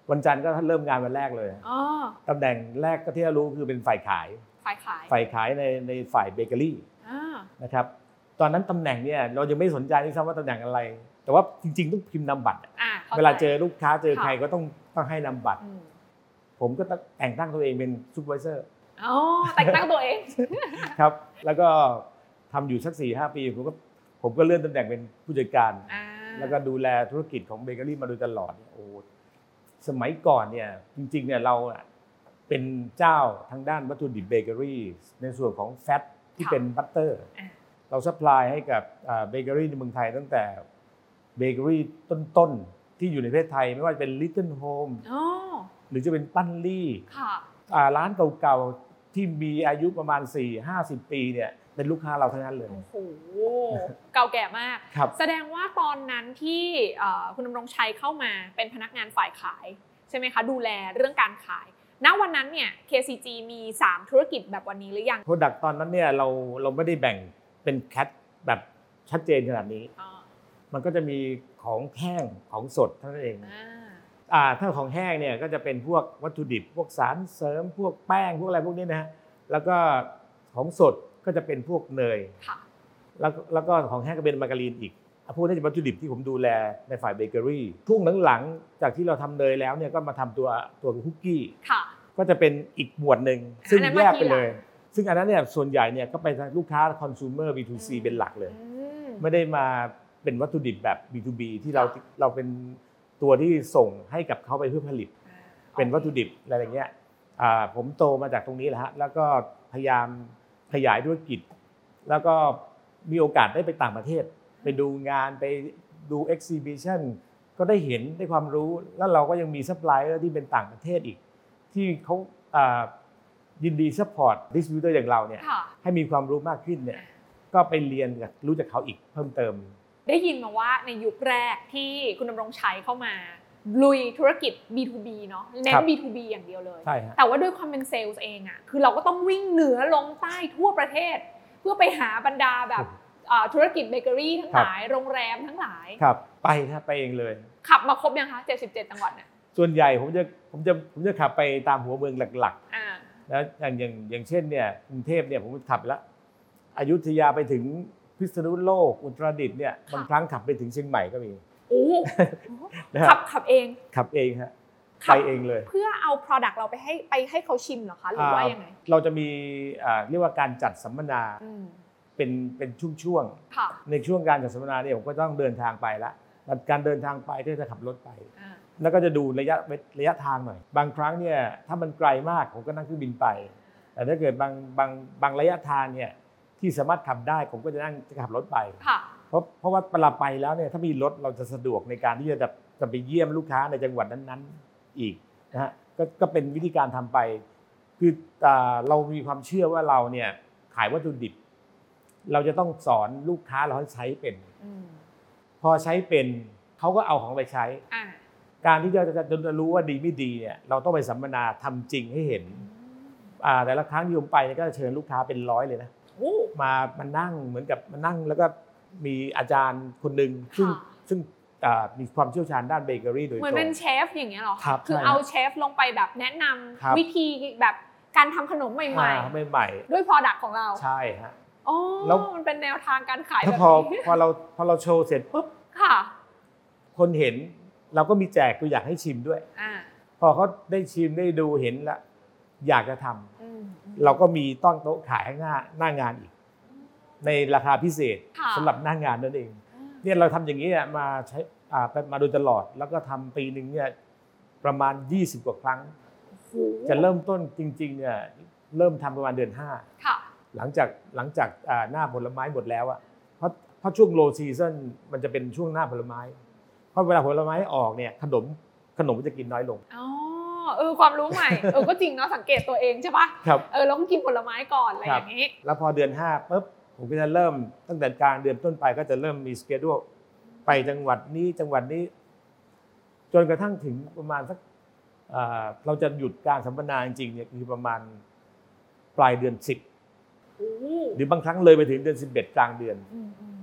วันจันทร์ก็เริ่มงานวันแรกเลยอ๋อตำแหน่งแรกก็ที่เรารู้คือเป็นฝ่ายขายฝ่ายขายฝ่ายขายในในฝ่ายเบเกอรี่อ่านะครับตอนนั้นตำแหน่งเนี่ยเรายังไม่สนใจที่ซ้ำว่าตำแหน่งอะไร แต่ว่าจริงๆต้องพิมพ์นามบัตรอ่าข้ใจเวลาเจอลูกค้าเจอใครก็ต้องต้องให้นามบัตรอืมผมก็แต่งตั้งตัวเองเป็นซูเปอร์ไวเซอร์อ๋อแต่งตั้งตัวเองครับแล้วก็ทำอยู่สักสี่ห้าปีผมก็ผมก็เลื่อนตำแหน่งเป็นผู้จัดการอ่าแล้วก็ดูแลธุรกิจของเบเกอรี่มาโดยตลอดโอ้สมัยก่อนเนี่ยจริงๆเนี่ยเราเป็นเจ้าทางด้านวัตถุดิบเบเกอรี่ในส่วนของแฟตที่เป็นบัตเตอร์เราซัพพลายให้กับเบเกอรี่ในเมืองไทยตั้งแต่เบเกอรี่ต้นๆที่อยู่ในประเทศไทยไม่ว่าจะเป็น Little Home หรือจะเป็นปั้นลี่ร้านเก่าๆที่มีอายุประมาณ สี่ห้าสิบ ปีเนี่ยเป็นลูกค้าเราทั้งนั้นเลยโอ้โหเก่าแก่มาก แสดงว่าตอนนั้นที่คุณดำรงชัยเข้ามาเป็นพนักงานฝ่ายขายใช่ไหมคะดูแลเรื่องการขายณวันนั้นเนี่ย เค ซี จี มีสามธุรกิจแบบวันนี้หรือยังโปรดักต์ตอนนั้นเนี่ยเราเราไม่ได้แบ่งเป็นแคทแบบชัดเจนขนาดนี้มันก็จะมีของแห้งของสดเท่านั้นเองอ่าถ้าของแห้งเนี่ยก็จะเป็นพวกวัตถุดิบพวกสารเสริมพวกแป้งพวกอะไรพวกนี้นะฮะแล้วก็ของสดก็จะเป็นพวกเนยแล้วแล้วก็ของแห้งก็เป็นมาการีนอีกพวกนี้จะวัตถุดิบที่ผมดูแลในฝ่ายเบเกอรี่ช่วงหลังๆจากที่เราทำเนยแล้วเนี่ยก็มาทำตัวตัวคุกกี้ก็จะเป็นอีกหมวดหนึ่งซึ่งแยกไปเลยซึ่งอันนั้นเนี่ยส่วนใหญ่เนี่ยก็ไปทางลูกค้าคอน sumer บี ทู ซี เป็นหลักเลยไม่ได้มาเป็นวัตถุดิบแบบ บี ทู บี ที่เราเราเป็นตัวที่ส่งให้กับเขาไปเพื่อผลิตเป็นวัตถุดิบอะไรอย่างเงี้ยผมโตมาจากตรงนี้แหละฮะแล้วก็พยายามขยายธุรกิจแล้วก็มีโอกาสได้ไปต่างประเทศไปดูงานไปดู exhibition ก็ได้เห็นได้ความรู้แล้วเราก็ยังมีซัพพลายเออร์ที่เป็นต่างประเทศอีกที่เขายินดีซัพพอร์ตดิสทริบิวเตอร์อย่างเราเนี่ยให้มีความรู้มากขึ้นเนี่ยก็ไปเรียนกับรู้จักเขาอีกเพิ่มเติมได้ยินมาว่าในยุคแรกที่คุณดำรงชัยเข้ามาลุยธุรกิจ บี ทู บี เนาะเน้น บี ทู บี อย่างเดียวเลยแต่ว่าด้วยความเป็นเซลล์เองอ่ะคือเราก็ต้องวิ่งเหนือลงใต้ทั่วประเทศเพื่อไปหาบรรดาแบบธุรกิจเบเกอรี่ทั้งหลายโรงแรมทั้งหลายครับไปครับไปเองเลยขับมาครบยังคะเจ็ดสิบเจ็ดจังหวัดเนี่ยส่วนใหญ่ผมจะผมจะผมจะขับไปตามหัวเมืองหลักๆแล้วอย่างอย่างอย่างเช่นเนี่ยกรุงเทพเนี่ยผมขับแล้วอยุธยาไปถึงพิษณุโลกอุตรดิตถ์เนี่ยบางครั้งขับไปถึงเชียงใหม่ก็มีโอ้ขับขับเองขับเองฮะไปเองเลยเพื่อเอา product เราไปให้ไปให้เขาชิมเหรอคะหรือว่ายังไงเราจะมีเรียกว่าการจัดสัมมนาเป็นเป็นช่วงๆในช่วงการจัดสัมมนาเนี่ยผมก็ต้องเดินทางไปละการเดินทางไปก็จะขับรถไปแล้วก็จะดูระยะระยะทางหน่อยบางครั้งเนี่ยถ้ามันไกลมากผมก็นั่งเครื่องบินไปแต่ถ้าเกิดบางบางบางระยะทางเนี่ยที่สามารถขับได้ผมก็จะนั่งจะขับรถไปเพราะเพราะว่าเวลาไปแล้วเนี่ยถ้ามีรถเราจะสะดวกในการที่จะจะไปเยี่ยมลูกค้าในจังหวัดนั้นๆอีกนะฮะก็ก็เป็นวิธีการทำไปคือเรามีความเชื่อว่าเราเนี่ยขายวัตถุดิบเราจะต้องสอนลูกค้าเราให้ใช้เป็นพอใช้เป็นเขาก็เอาของไปใช้การที่เราจะจะรู้ว่าดีไม่ดีเนี่ยเราต้องไปสัมมนาทำจริงให้เห็นแต่ละครั้งที่ผมไปก็จะเชิญลูกค้าเป็นร้อยเลยนะมามานั่งเหมือนกับมานั่งแล้วก็มีอาจารย์คนหนึ่งซึ่งซึ่งมีความเชี่ยวชาญด้านเบเกอรี่โดยตรงเหมือนเป็นเชฟอย่างเงี้ยหรอคะคือเอาเชฟลงไปแบบแนะนำวิธีแบบการทำขนมใหม่ๆใหม่ๆด้วย product ของเราใช่ฮะอ๋อแล้วมันเป็นแนวทางการขายแบบนี้พอพอเราพอเราโชว์เสร็จปุ๊บค่ะคนเห็นเราก็มีแจกตัวอย่างให้ชิมด้วยพอเขาได้ชิมได้ดูเห็นแล้วอยากจะทำเราก็มีตั้งโต๊ะขายข้างหน้าหน้างานอีกในราคาพิเศษสำหรับหน้างานนั่นเองเนี่ยเราทำอย่างนี้มาใช้มาโดยตลอดแล้วก็ทำปีหนึ่งเนี่ยประมาณยี่สิบกว่าครั้งจะเริ่มต้นจริงๆเนี่ยเริ่มทำประมาณเดือนห้าหลังจากหลังจากหน้าผลไม้หมดแล้วอะเพราะเพราะช่วงโลซีซันมันจะเป็นช่วงหน้าผลไม้เพราะเวลาผลไม้ออกเนี่ยขนมขนมจะกินน้อยลงอ๋อเออความรู้ใหม่เออก็จริงเนาะสังเกตตัวเองใช่ปะเออเราต้องกินผลไม้ก่อนอะไรอย่างนี้แล้วพอเดือนห้าปุ๊บผมก็จะเริ่มตั้งแต่กลางเดือนต้นไปก็จะเริ่มมีสเกดูลไปจังหวัดนี้จังหวัดนี้จนกระทั่งถึงประมาณสักเราจะหยุดการสัมมนาจริงๆเนี่ยคือประมาณปลายเดือนสิบหรือบางครั้งเลยไปถึงเดือนสิบเอ็ดกลางเดือน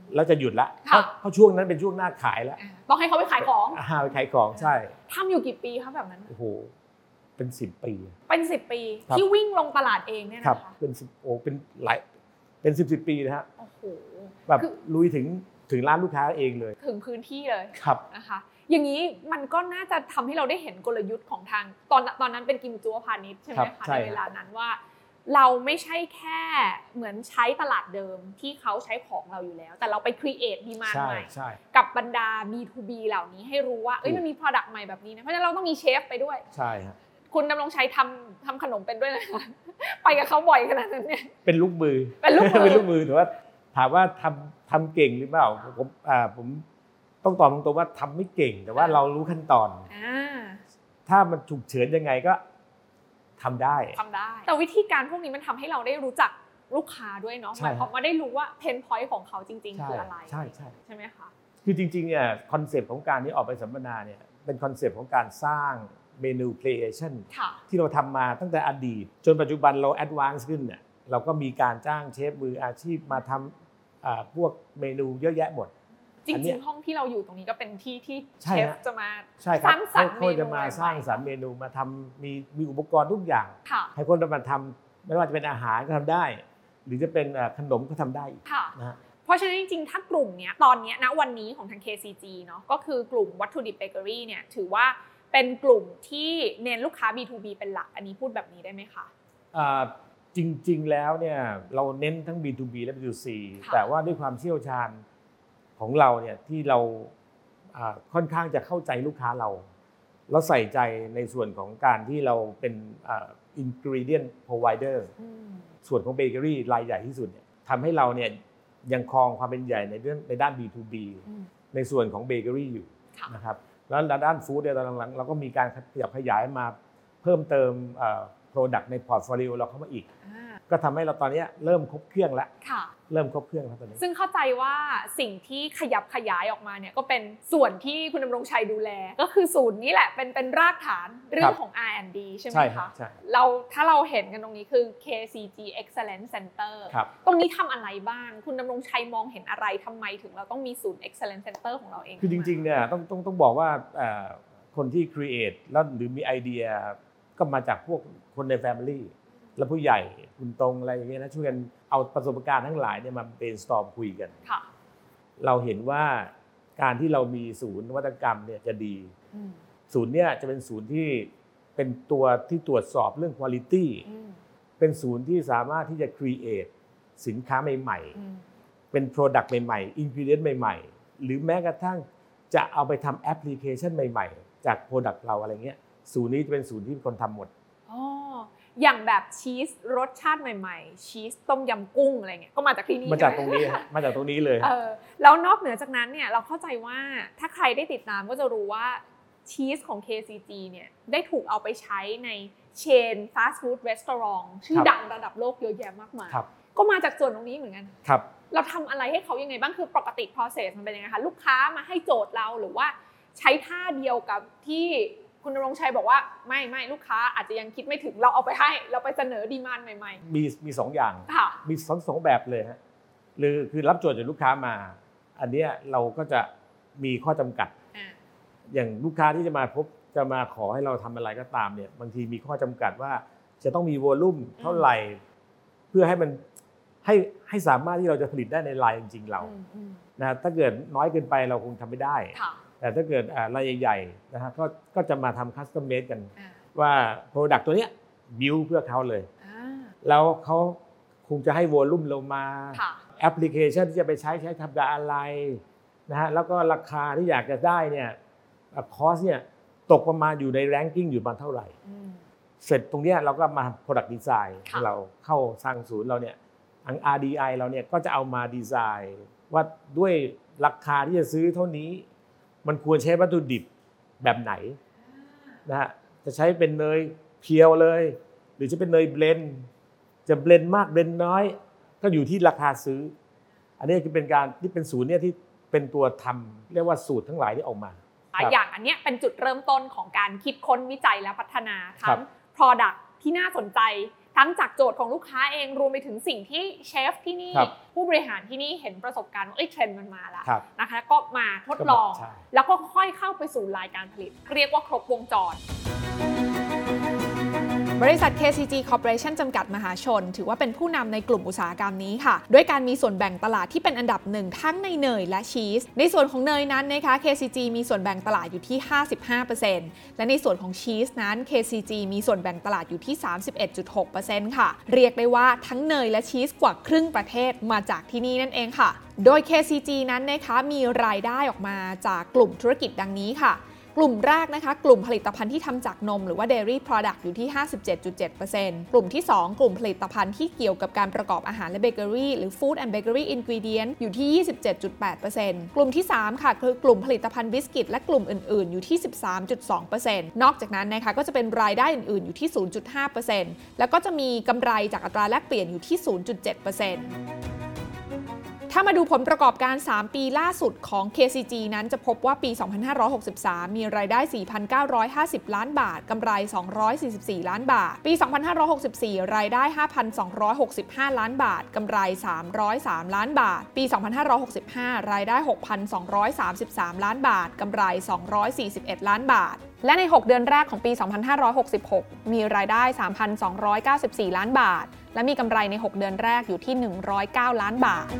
แล้วจะหยุดละค่ะเพราะช่วงนั้นเป็นช่วงหน้าขายแล้วอ่าต้องให้เขาไปขายของอ่าไปขายของใช่ทำอยู่กี่ปีครับแบบนั้นโอ้โหเป็นสิบปีเป็นสิบปีครับที่วิ่งลงตลาดเองเนี่ยครับนะคะเป็นสิบโอ้เป็นหลายเป็นสิบสิบปีนะฮะโอ้โหแบบคือลุยถึงถึงร้านลูกค้าเองเลยถึงพื้นที่เลยครับนะคะอย่างนี้มันก็น่าจะทำให้เราได้เห็นกลยุทธ์ของทางตอนตอนนั้นเป็นกิมจัวพาณิชย์ใช่ไหมครัคะบใช่ในเวลานั้นว่า เราไม่ใช่แค่เหมือนใช้ตลาดเดิมที่เขาใช้ของเราอยู่แล้ว แต่เราไป create demand ใช่ใหม่ใช่กับบรรดา บี ทู บี เหล่านี้ให้รู้ว่าเอ้ยถูกมันมี product ใหม่แบบนี้นะเพราะฉะนั้นเราต้องมีเชฟไปด้วยใช่ฮะคุณดำรงชัยทำทำขนมเป็นด้วยเลยค่ะ ไปกับเขาบ่อยขนาดนั้นเนี่ยเป็นลูกมือเป็นลูกมือเป็นลูกมือแต่ว่าถามว่าทำทำเก่งหรือเปล่าผมอ่าผมต้องตอบตรงๆว่าทำไม่เก่ง แต่ว่าเรารู้ขั้นตอนอ่าถ้ามันฉุกเฉินยังไงก็ทำได้ทำได้ แต่วิธีการพวกนี้มันทำให้เราได้รู้จักลูกค้าด้วยเนาะใช่หมายความว่าได้รู้ว่าเพนพอยต์ของเขาจริง ๆ คืออะไรใช่ใช่ใช่ไหมคะคือจริงๆเนี่ยคอนเซปต์ของการที่ออกไปสัมมนาเนี่ยเป็นคอนเซปต์ของการสร้างเมนู creation ค่ะที่เราทำมาตั้งแต่อดีต จนปัจจุบันเรา advance ขึ้นเนี่ยเราก็มีการจ้างเชฟมืออาชีพมาทำอ่าพวกเมนูเยอะแยะหมดจอันเนี้ริงยๆ ห้องที่เราอยู่ตรงนี้ก็เป็นที่ที่ใช่เชฟฮะจะมาใช่คสรับร้างสรรค์เมเขานูจะมาสร้างสรรค์ใหม่เมนูมาทำมีมีอุปกรณ์ทุกอย่างค่ะให้คนมาทำไม่ว่าจะเป็นอาหารก็ทำได้ หรือจะเป็นอ่าขนมก็ทำได้อีกค่ะนะฮะเพราะฉะนั้นจริงๆ ถ้ากลุ่มเนี้ยตอนเนี้ยณวันนี้ของทาง เค ซี จี เนาะก็คือกลุ่มวัตถุดิบเบเกอรี่เนี่ยถือว่าเป็นกลุ่มที่เน้นลูกค้า บี ทู บี เป็นหลักอันนี้พูดแบบนี้ได้ไหมคะอ่าจริงๆแล้วเนี่ยเราเน้นทั้ง บี ทู บี และ บี ทู ซีค่ะแต่ว่าด้วยความเชี่ยวชาญของเราเนี่ยที่เราอ่าค่อนข้างจะเข้าใจลูกค้าเราเราใส่ใจในส่วนของการที่เราเป็นอ่า ingredient provider อืมส่วนของเบเกอรี่รายใหญ่ที่สุดเนี่ยทำให้เราเนี่ยยังครองความเป็นใหญ่ในเรื่องในด้าน บี ทู บีอืมในส่วนของเบเกอรี่อยู่ค่ะนะครับแล้วด้านฟู้ดเนี่ยตอนหลังๆเราก็มีการขยับขยายมาเพิ่มเติมโปรดักต์ในพอร์ตโฟลิโอเราเข้ามาอีกอ่าก็ทำให้เราตอนนี้เริ่มครบเครื่องแล้วค่ะเริ่มครบเครื่องแล้วตอนนี้ซึ่งเข้าใจว่าสิ่งที่ขยับขยายออกมาเนี่ยก็เป็นส่วนที่คุณดำรงชัยดูแล ก็คือศูนย์นี้แหละเป็นเป็นรากฐานเรื่องของ อาร์ แอนด์ ดี ใช่ไหมใช่ครัคะบใช่เราถ้าเราเห็นกันตรงนี้คือ เค ซี จี Excellence Center ครับตรงนี้ทำอะไรบ้าง คุณดำรงชัยมองเห็นอะไรทำไมถึงเราต้องมีศูนย์ Excellence Center ของเราเองคือจริงๆเนี่ยต้องต้องต้องบอกว่าเอ่อคนที่ create แล้วหรือมีไอเดียก็มาจากพวกคนใน Family และผู้ใหญ่คุณตรงอะไรอย่างเงี้ยนะช่วยกันเอาประสบการณ์ทั้งหลายเนี่ยมา brainstorm คุยกันค่ะเราเห็นว่าการที่เรามีศูนย์นวัตกรรมเนี่ยจะดีอืมศูนย์เนี่ยจะเป็นศูนย์ที่เป็นตัวที่ตรวจสอบเรื่อง quality อืมเป็นศูนย์ที่สามารถที่จะ create สินค้าใหม่อืมๆ เป็น product ใหม่ๆ ingredient ใหม่ๆ หรือแม้กระทั่งจะเอาไปทำแอปพลิเคชันใหม่ๆ จาก product เราอะไรเงี้ยศูนย์นี้จะเป็นศูนย์ที่เป็นคนทำหมดอ๋ออย่างแบบชีสรสชาติใหม่ๆ ชีสต้มยำกุ้งอะไรเงี้ยก็มาจากที่นี่มาจากตใช่รงไหนี้ฮะมาจากตรงนี้เลยเออแล้วนอกเหนือจากนั้นเนี่ยเราเข้าใจว่าถ้าใครได้ติดตามก็จะรู้ว่าชีสของ เค ซี จี เนี่ยได้ถูกเอาไปใช้ในเชนฟาสต์ฟู้ดรีสอร์ทชื่อครับดังระดับโลกเยอะแยะมากมายครับก็มาจากส่วนตรงนี้เหมือนกันครับเราทำอะไรให้เขายังไงบ้างคือปกติ process มันเป็นยังไงคะลูกค้ามาให้โจทย์เราหรือว่าใช้ท่าเดียวกับที่คุณดำรงชัยบอกว่าไม่ไม่ลูกค้าอาจจะยังคิดไม่ถึงเราเอาไปให้เราไปเสนอดีมานด์ใหม่มีมีสองอย่างๆ ค่ะมีสองสองแบบเลยฮะหรือคือรับโจทย์จากลูกค้ามา อันเนี้ยเราก็จะมีข้อจำกัดอ่าอย่างลูกค้าที่จะมาพบจะมาขอให้เราทำอะไรก็ตามเนี่ยบางทีมีข้อจำกัดว่าจะต้องมีวอลลุ่มเท่าไหร่ เพื่อให้มันให้ให้สามารถที่เราจะผลิตได้ในไลน์จริงๆเราอืมอืมนะถ้าเกิดน้อยเกินไปเราคงทำไม่ได้ค่ะแต่ถ้าเกิดอ่ารายใหญ่ๆนะฮะก็ก็จะมาทำคัสตอมเมดกันอ่าว่าโปรดักต์ตัวเนี้ยบิวเพื่อเขาเลยอ่าแล้วเขาคงจะให้วอลลุ่มเรามาค่ะแอปพลิเคชันที่จะไปใช้ใช้ทำกับอะไรนะฮะแล้วก็ราคาที่อยากจะได้เนี่ยคอสเนี่ยตกประมาณอยู่ในแรงกิ้งอยู่ประมาณเท่าไหร่อืมเสร็จตรงเนี้ยเราก็มา Product Design ค่ะเราเข้าสร้างศูนย์เราเนี่ยทาง อาร์ ดี ไอ เราเนี่ยก็จะเอามาดีไซน์ว่าด้วยราคาที่จะซื้อเท่านี้ มันควรใช้วัตถุดิบแบบไหนนะฮะจะใช้เป็นเนยเพียวเลย หรือจะเป็นเนยเบลนด์จะเบลนด์มากเบลนด์น้อย ก็อยู่ที่ราคาซื้อ อันนี้คือเป็นการที่เป็นศูนย์เนี่ยที่เป็นตัวทำเรียกว่าสูตรทั้งหลายที่ออกมา ครับอย่างอันเนี้ยเป็นจุดเริ่มต้นของการคิดค้นวิจัยและพัฒนาครัทั้งบ Product ที่น่าสนใจทั้งจากโจทย์ของลูกค้าเองรวมไปถึงสิ่งที่เชฟที่นี่ผู้บริหารที่นี่เห็นประสบการณ์ว่าเอ้ยเทรนด์มันมาแล้วนะคะก็มาทดลองแล้วก็ค่อยเข้าไปสู่รายการผลิตเรียกว่าครบวงจรบริษัท เค ซี จี Corporation จำกัดมหาชนถือว่าเป็นผู้นำในกลุ่มอุตสาหกรรมนี้ค่ะด้วยการมีส่วนแบ่งตลาดที่เป็นอันดับหนึ่งทั้งในเนยและชีสในส่วนของเนยนั้นนะคะ เค ซี จี มีส่วนแบ่งตลาดอยู่ที่ ห้าสิบห้าเปอร์เซ็นต์ และในส่วนของชีสนั้น เค ซี จี มีส่วนแบ่งตลาดอยู่ที่ สามสิบเอ็ดจุดหกเปอร์เซ็นต์ ค่ะเรียกได้ว่าทั้งเนยและชีสกว่าครึ่งประเทศมาจากที่นี่นั่นเองค่ะโดย เค ซี จี นั้นนะคะมีรายได้ออกมาจากกลุ่มธุรกิจดังนี้ค่ะกลุ่มแรกนะคะกลุ่มผลิตภัณฑ์ที่ทำจากนมหรือว่า Dairy Product อยู่ที่ ห้าสิบเจ็ดจุดเจ็ดเปอร์เซ็นต์ กลุ่มที่สองกลุ่มผลิตภัณฑ์ที่เกี่ยวกับการประกอบอาหารและเบเกอรี่หรือ Food and Bakery Ingredient อยู่ที่ ยี่สิบเจ็ดจุดแปดเปอร์เซ็นต์ กลุ่มที่สามค่ะคือกลุ่มผลิตภัณฑ์บิสกิตและกลุ่มอื่นๆอยู่ที่ สิบสามจุดสองเปอร์เซ็นต์ นอกจากนั้นนะคะก็จะเป็นรายได้อื่นๆอยู่ที่ ศูนย์จุดห้าเปอร์เซ็นต์ แล้วก็จะมีกำไรจากอัตราแลกเปลี่ยนอยู่ที่ ศูนย์จุดเจ็ดเปอร์เซ็นต์ถ้ามาดูผลประกอบการสามปีล่าสุดของ เค ซี จี นั้นจะพบว่าปี สองพันห้าร้อยหกสิบสาม มีรายได้ สี่พันเก้าร้อยห้าสิบ ล้านบาทกำไร สองร้อยสี่สิบสี่ ล้านบาทปี สองพันห้าร้อยหกสิบสี่ รายได้ ห้าพันสองร้อยหกสิบห้า ล้านบาทกำไร สามร้อยสาม ล้านบาทปี สองพันห้าร้อยหกสิบห้า รายได้ หกพันสองร้อยสามสิบสาม ล้านบาทกำไร สองร้อยสี่สิบเอ็ด ล้านบาทและในหกเดือนแรกของปี สองพันห้าร้อยหกสิบหก มีรายได้ สามพันสองร้อยเก้าสิบสี่ ล้านบาทและมีกำไรในหกเดือนแรกอยู่ที่ หนึ่งร้อยเก้า ล้านบาท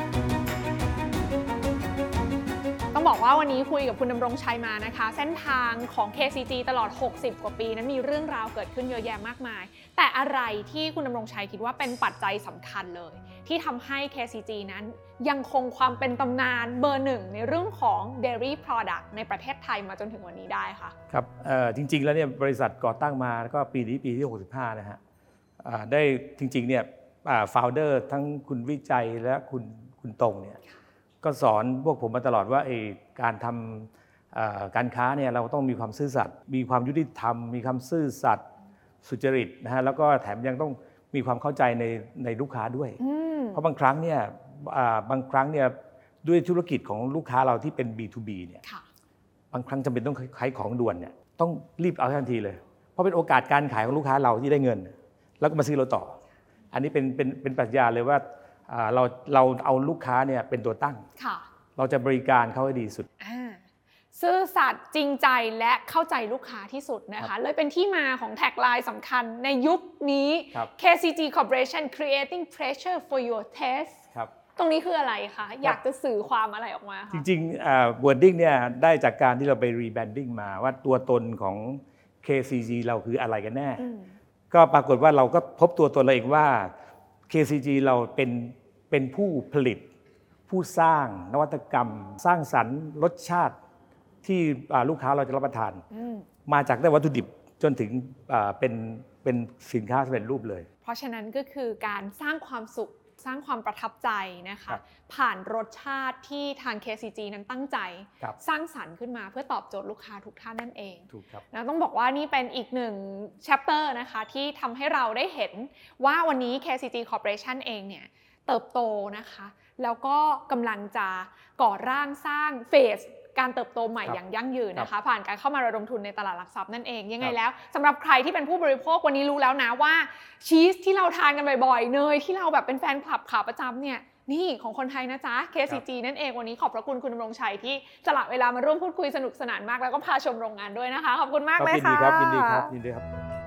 ต้องบอกว่าวันนี้คุยกับคุณดำรงชัยมานะคะเส้นทางของ เค ซี จี ตลอดหกสิบกว่าปีนั้นมีเรื่องราวเกิดขึ้นเยอะแยะมากมายแต่อะไรที่คุณดำรงชัยคิดว่าเป็นปัจจัยสำคัญเลยที่ทำให้ เค ซี จี นั้นยังคงความเป็นตำนานเบอร์หนึ่งในเรื่องของ Dairy Product ในประเทศไทยมาจนถึงวันนี้ได้ค่ะครับจริงๆแล้วเนี่ยบริษัทก่อตั้งมาก็ปีนี้ปีที่หกสิบห้านะฮะได้จริงๆเนี่ยฟาวเดอร์ทั้งคุณวิจัยและคุณคุณตรงเนี่ยก็สอนพวกผมมาตลอดว่าการทำการค้าเนี่ยเราต้องมีความซื่อสัตย์มีความยุติธรรมมีความซื่อสัตย์สุจริตนะฮะแล้วก็แถมยังต้องมีความเข้าใจในในลูกค้าด้วยเพราะบางครั้งเนี่ยบางครั้งเนี่ยด้วยธุรกิจของลูกค้าเราที่เป็น บี ทู บี เนี่ยบางครั้งจำเป็นต้องขายของด่วนเนี่ยต้องรีบเอาทันทีเลยเพราะเป็นโอกาสการขายของลูกค้าเราที่ได้เงินแล้วก็มาซื้อเราต่ออันนี้เป็นเป็นเป็นปรัชญาเลยว่าเราเราเอาลูกค้าเนี่ยเป็นตัวตั้งเราจะบริการเขาให้ดีสุดซื่อสัตย์จริงใจและเข้าใจลูกค้าที่สุดนะคะเลยเป็นที่มาของแท็กไลน์สำคัญในยุคนี้ เค ซี จี Corporation Creating Pressure for Your Taste ตรงนี้คืออะไรคะอยากจะสื่อความอะไรออกมาคะจริงๆ wording เนี่ยได้จากการที่เราไป rebranding มาว่าตัวตนของ เค ซี จี เราคืออะไรกันแน่ก็ปรากฏว่าเราก็พบตัวตนเราเองว่า เค ซี จี เราเป็นเป็นผู้ผลิตผู้สร้างนวัตกรรมสร้างสรรค์รสชาติที่ลูกค้าเราจะรับประทานมาจากได้วัตถุดิบจนถึงเป็นเป็นสินค้าสำเร็จรูปเลยเพราะฉะนั้นก็คือการสร้างความสุขสร้างความประทับใจนะคะผ่านรสชาติที่ทาง เค ซี จี นั้นตั้งใจสร้างสรรค์ขึ้นมาเพื่อตอบโจทย์ลูกค้าทุกท่านนั่นเองถูกครับนะต้องบอกว่านี่เป็นอีกหนึ่ง chapter นะคะที่ทำให้เราได้เห็นว่าวันนี้ เค ซี จี Corporation เองเนี่ยเติบโตนะคะแล้วก็กำลังจะก่อร่างสร้างเฟสการเติบโตใหม่อย่างยั่งยืนนะคะผ่านการเข้ามาระดมทุนในตลาดหลักทรัพย์นั่นเองยังไงแล้วสำหรับใครที่เป็นผู้บริโภควันนี้รู้แล้วนะว่าชีสที่เราทานกันบ่อยๆเนยที่เราแบบเป็นแฟนคลับขาประจำเนี่ยนี่ของคนไทยนะจ๊ะ เค ซี จี นั่นเองวันนี้ขอบพระคุณคุณดำรงชัยที่สละเวลามาร่วมพูดคุยสนุกสนานมากแล้วก็พาชมโรงงานด้วยนะคะขอบคุณมากเลยค่ะยินดีครับยินดีครับยินดีครับ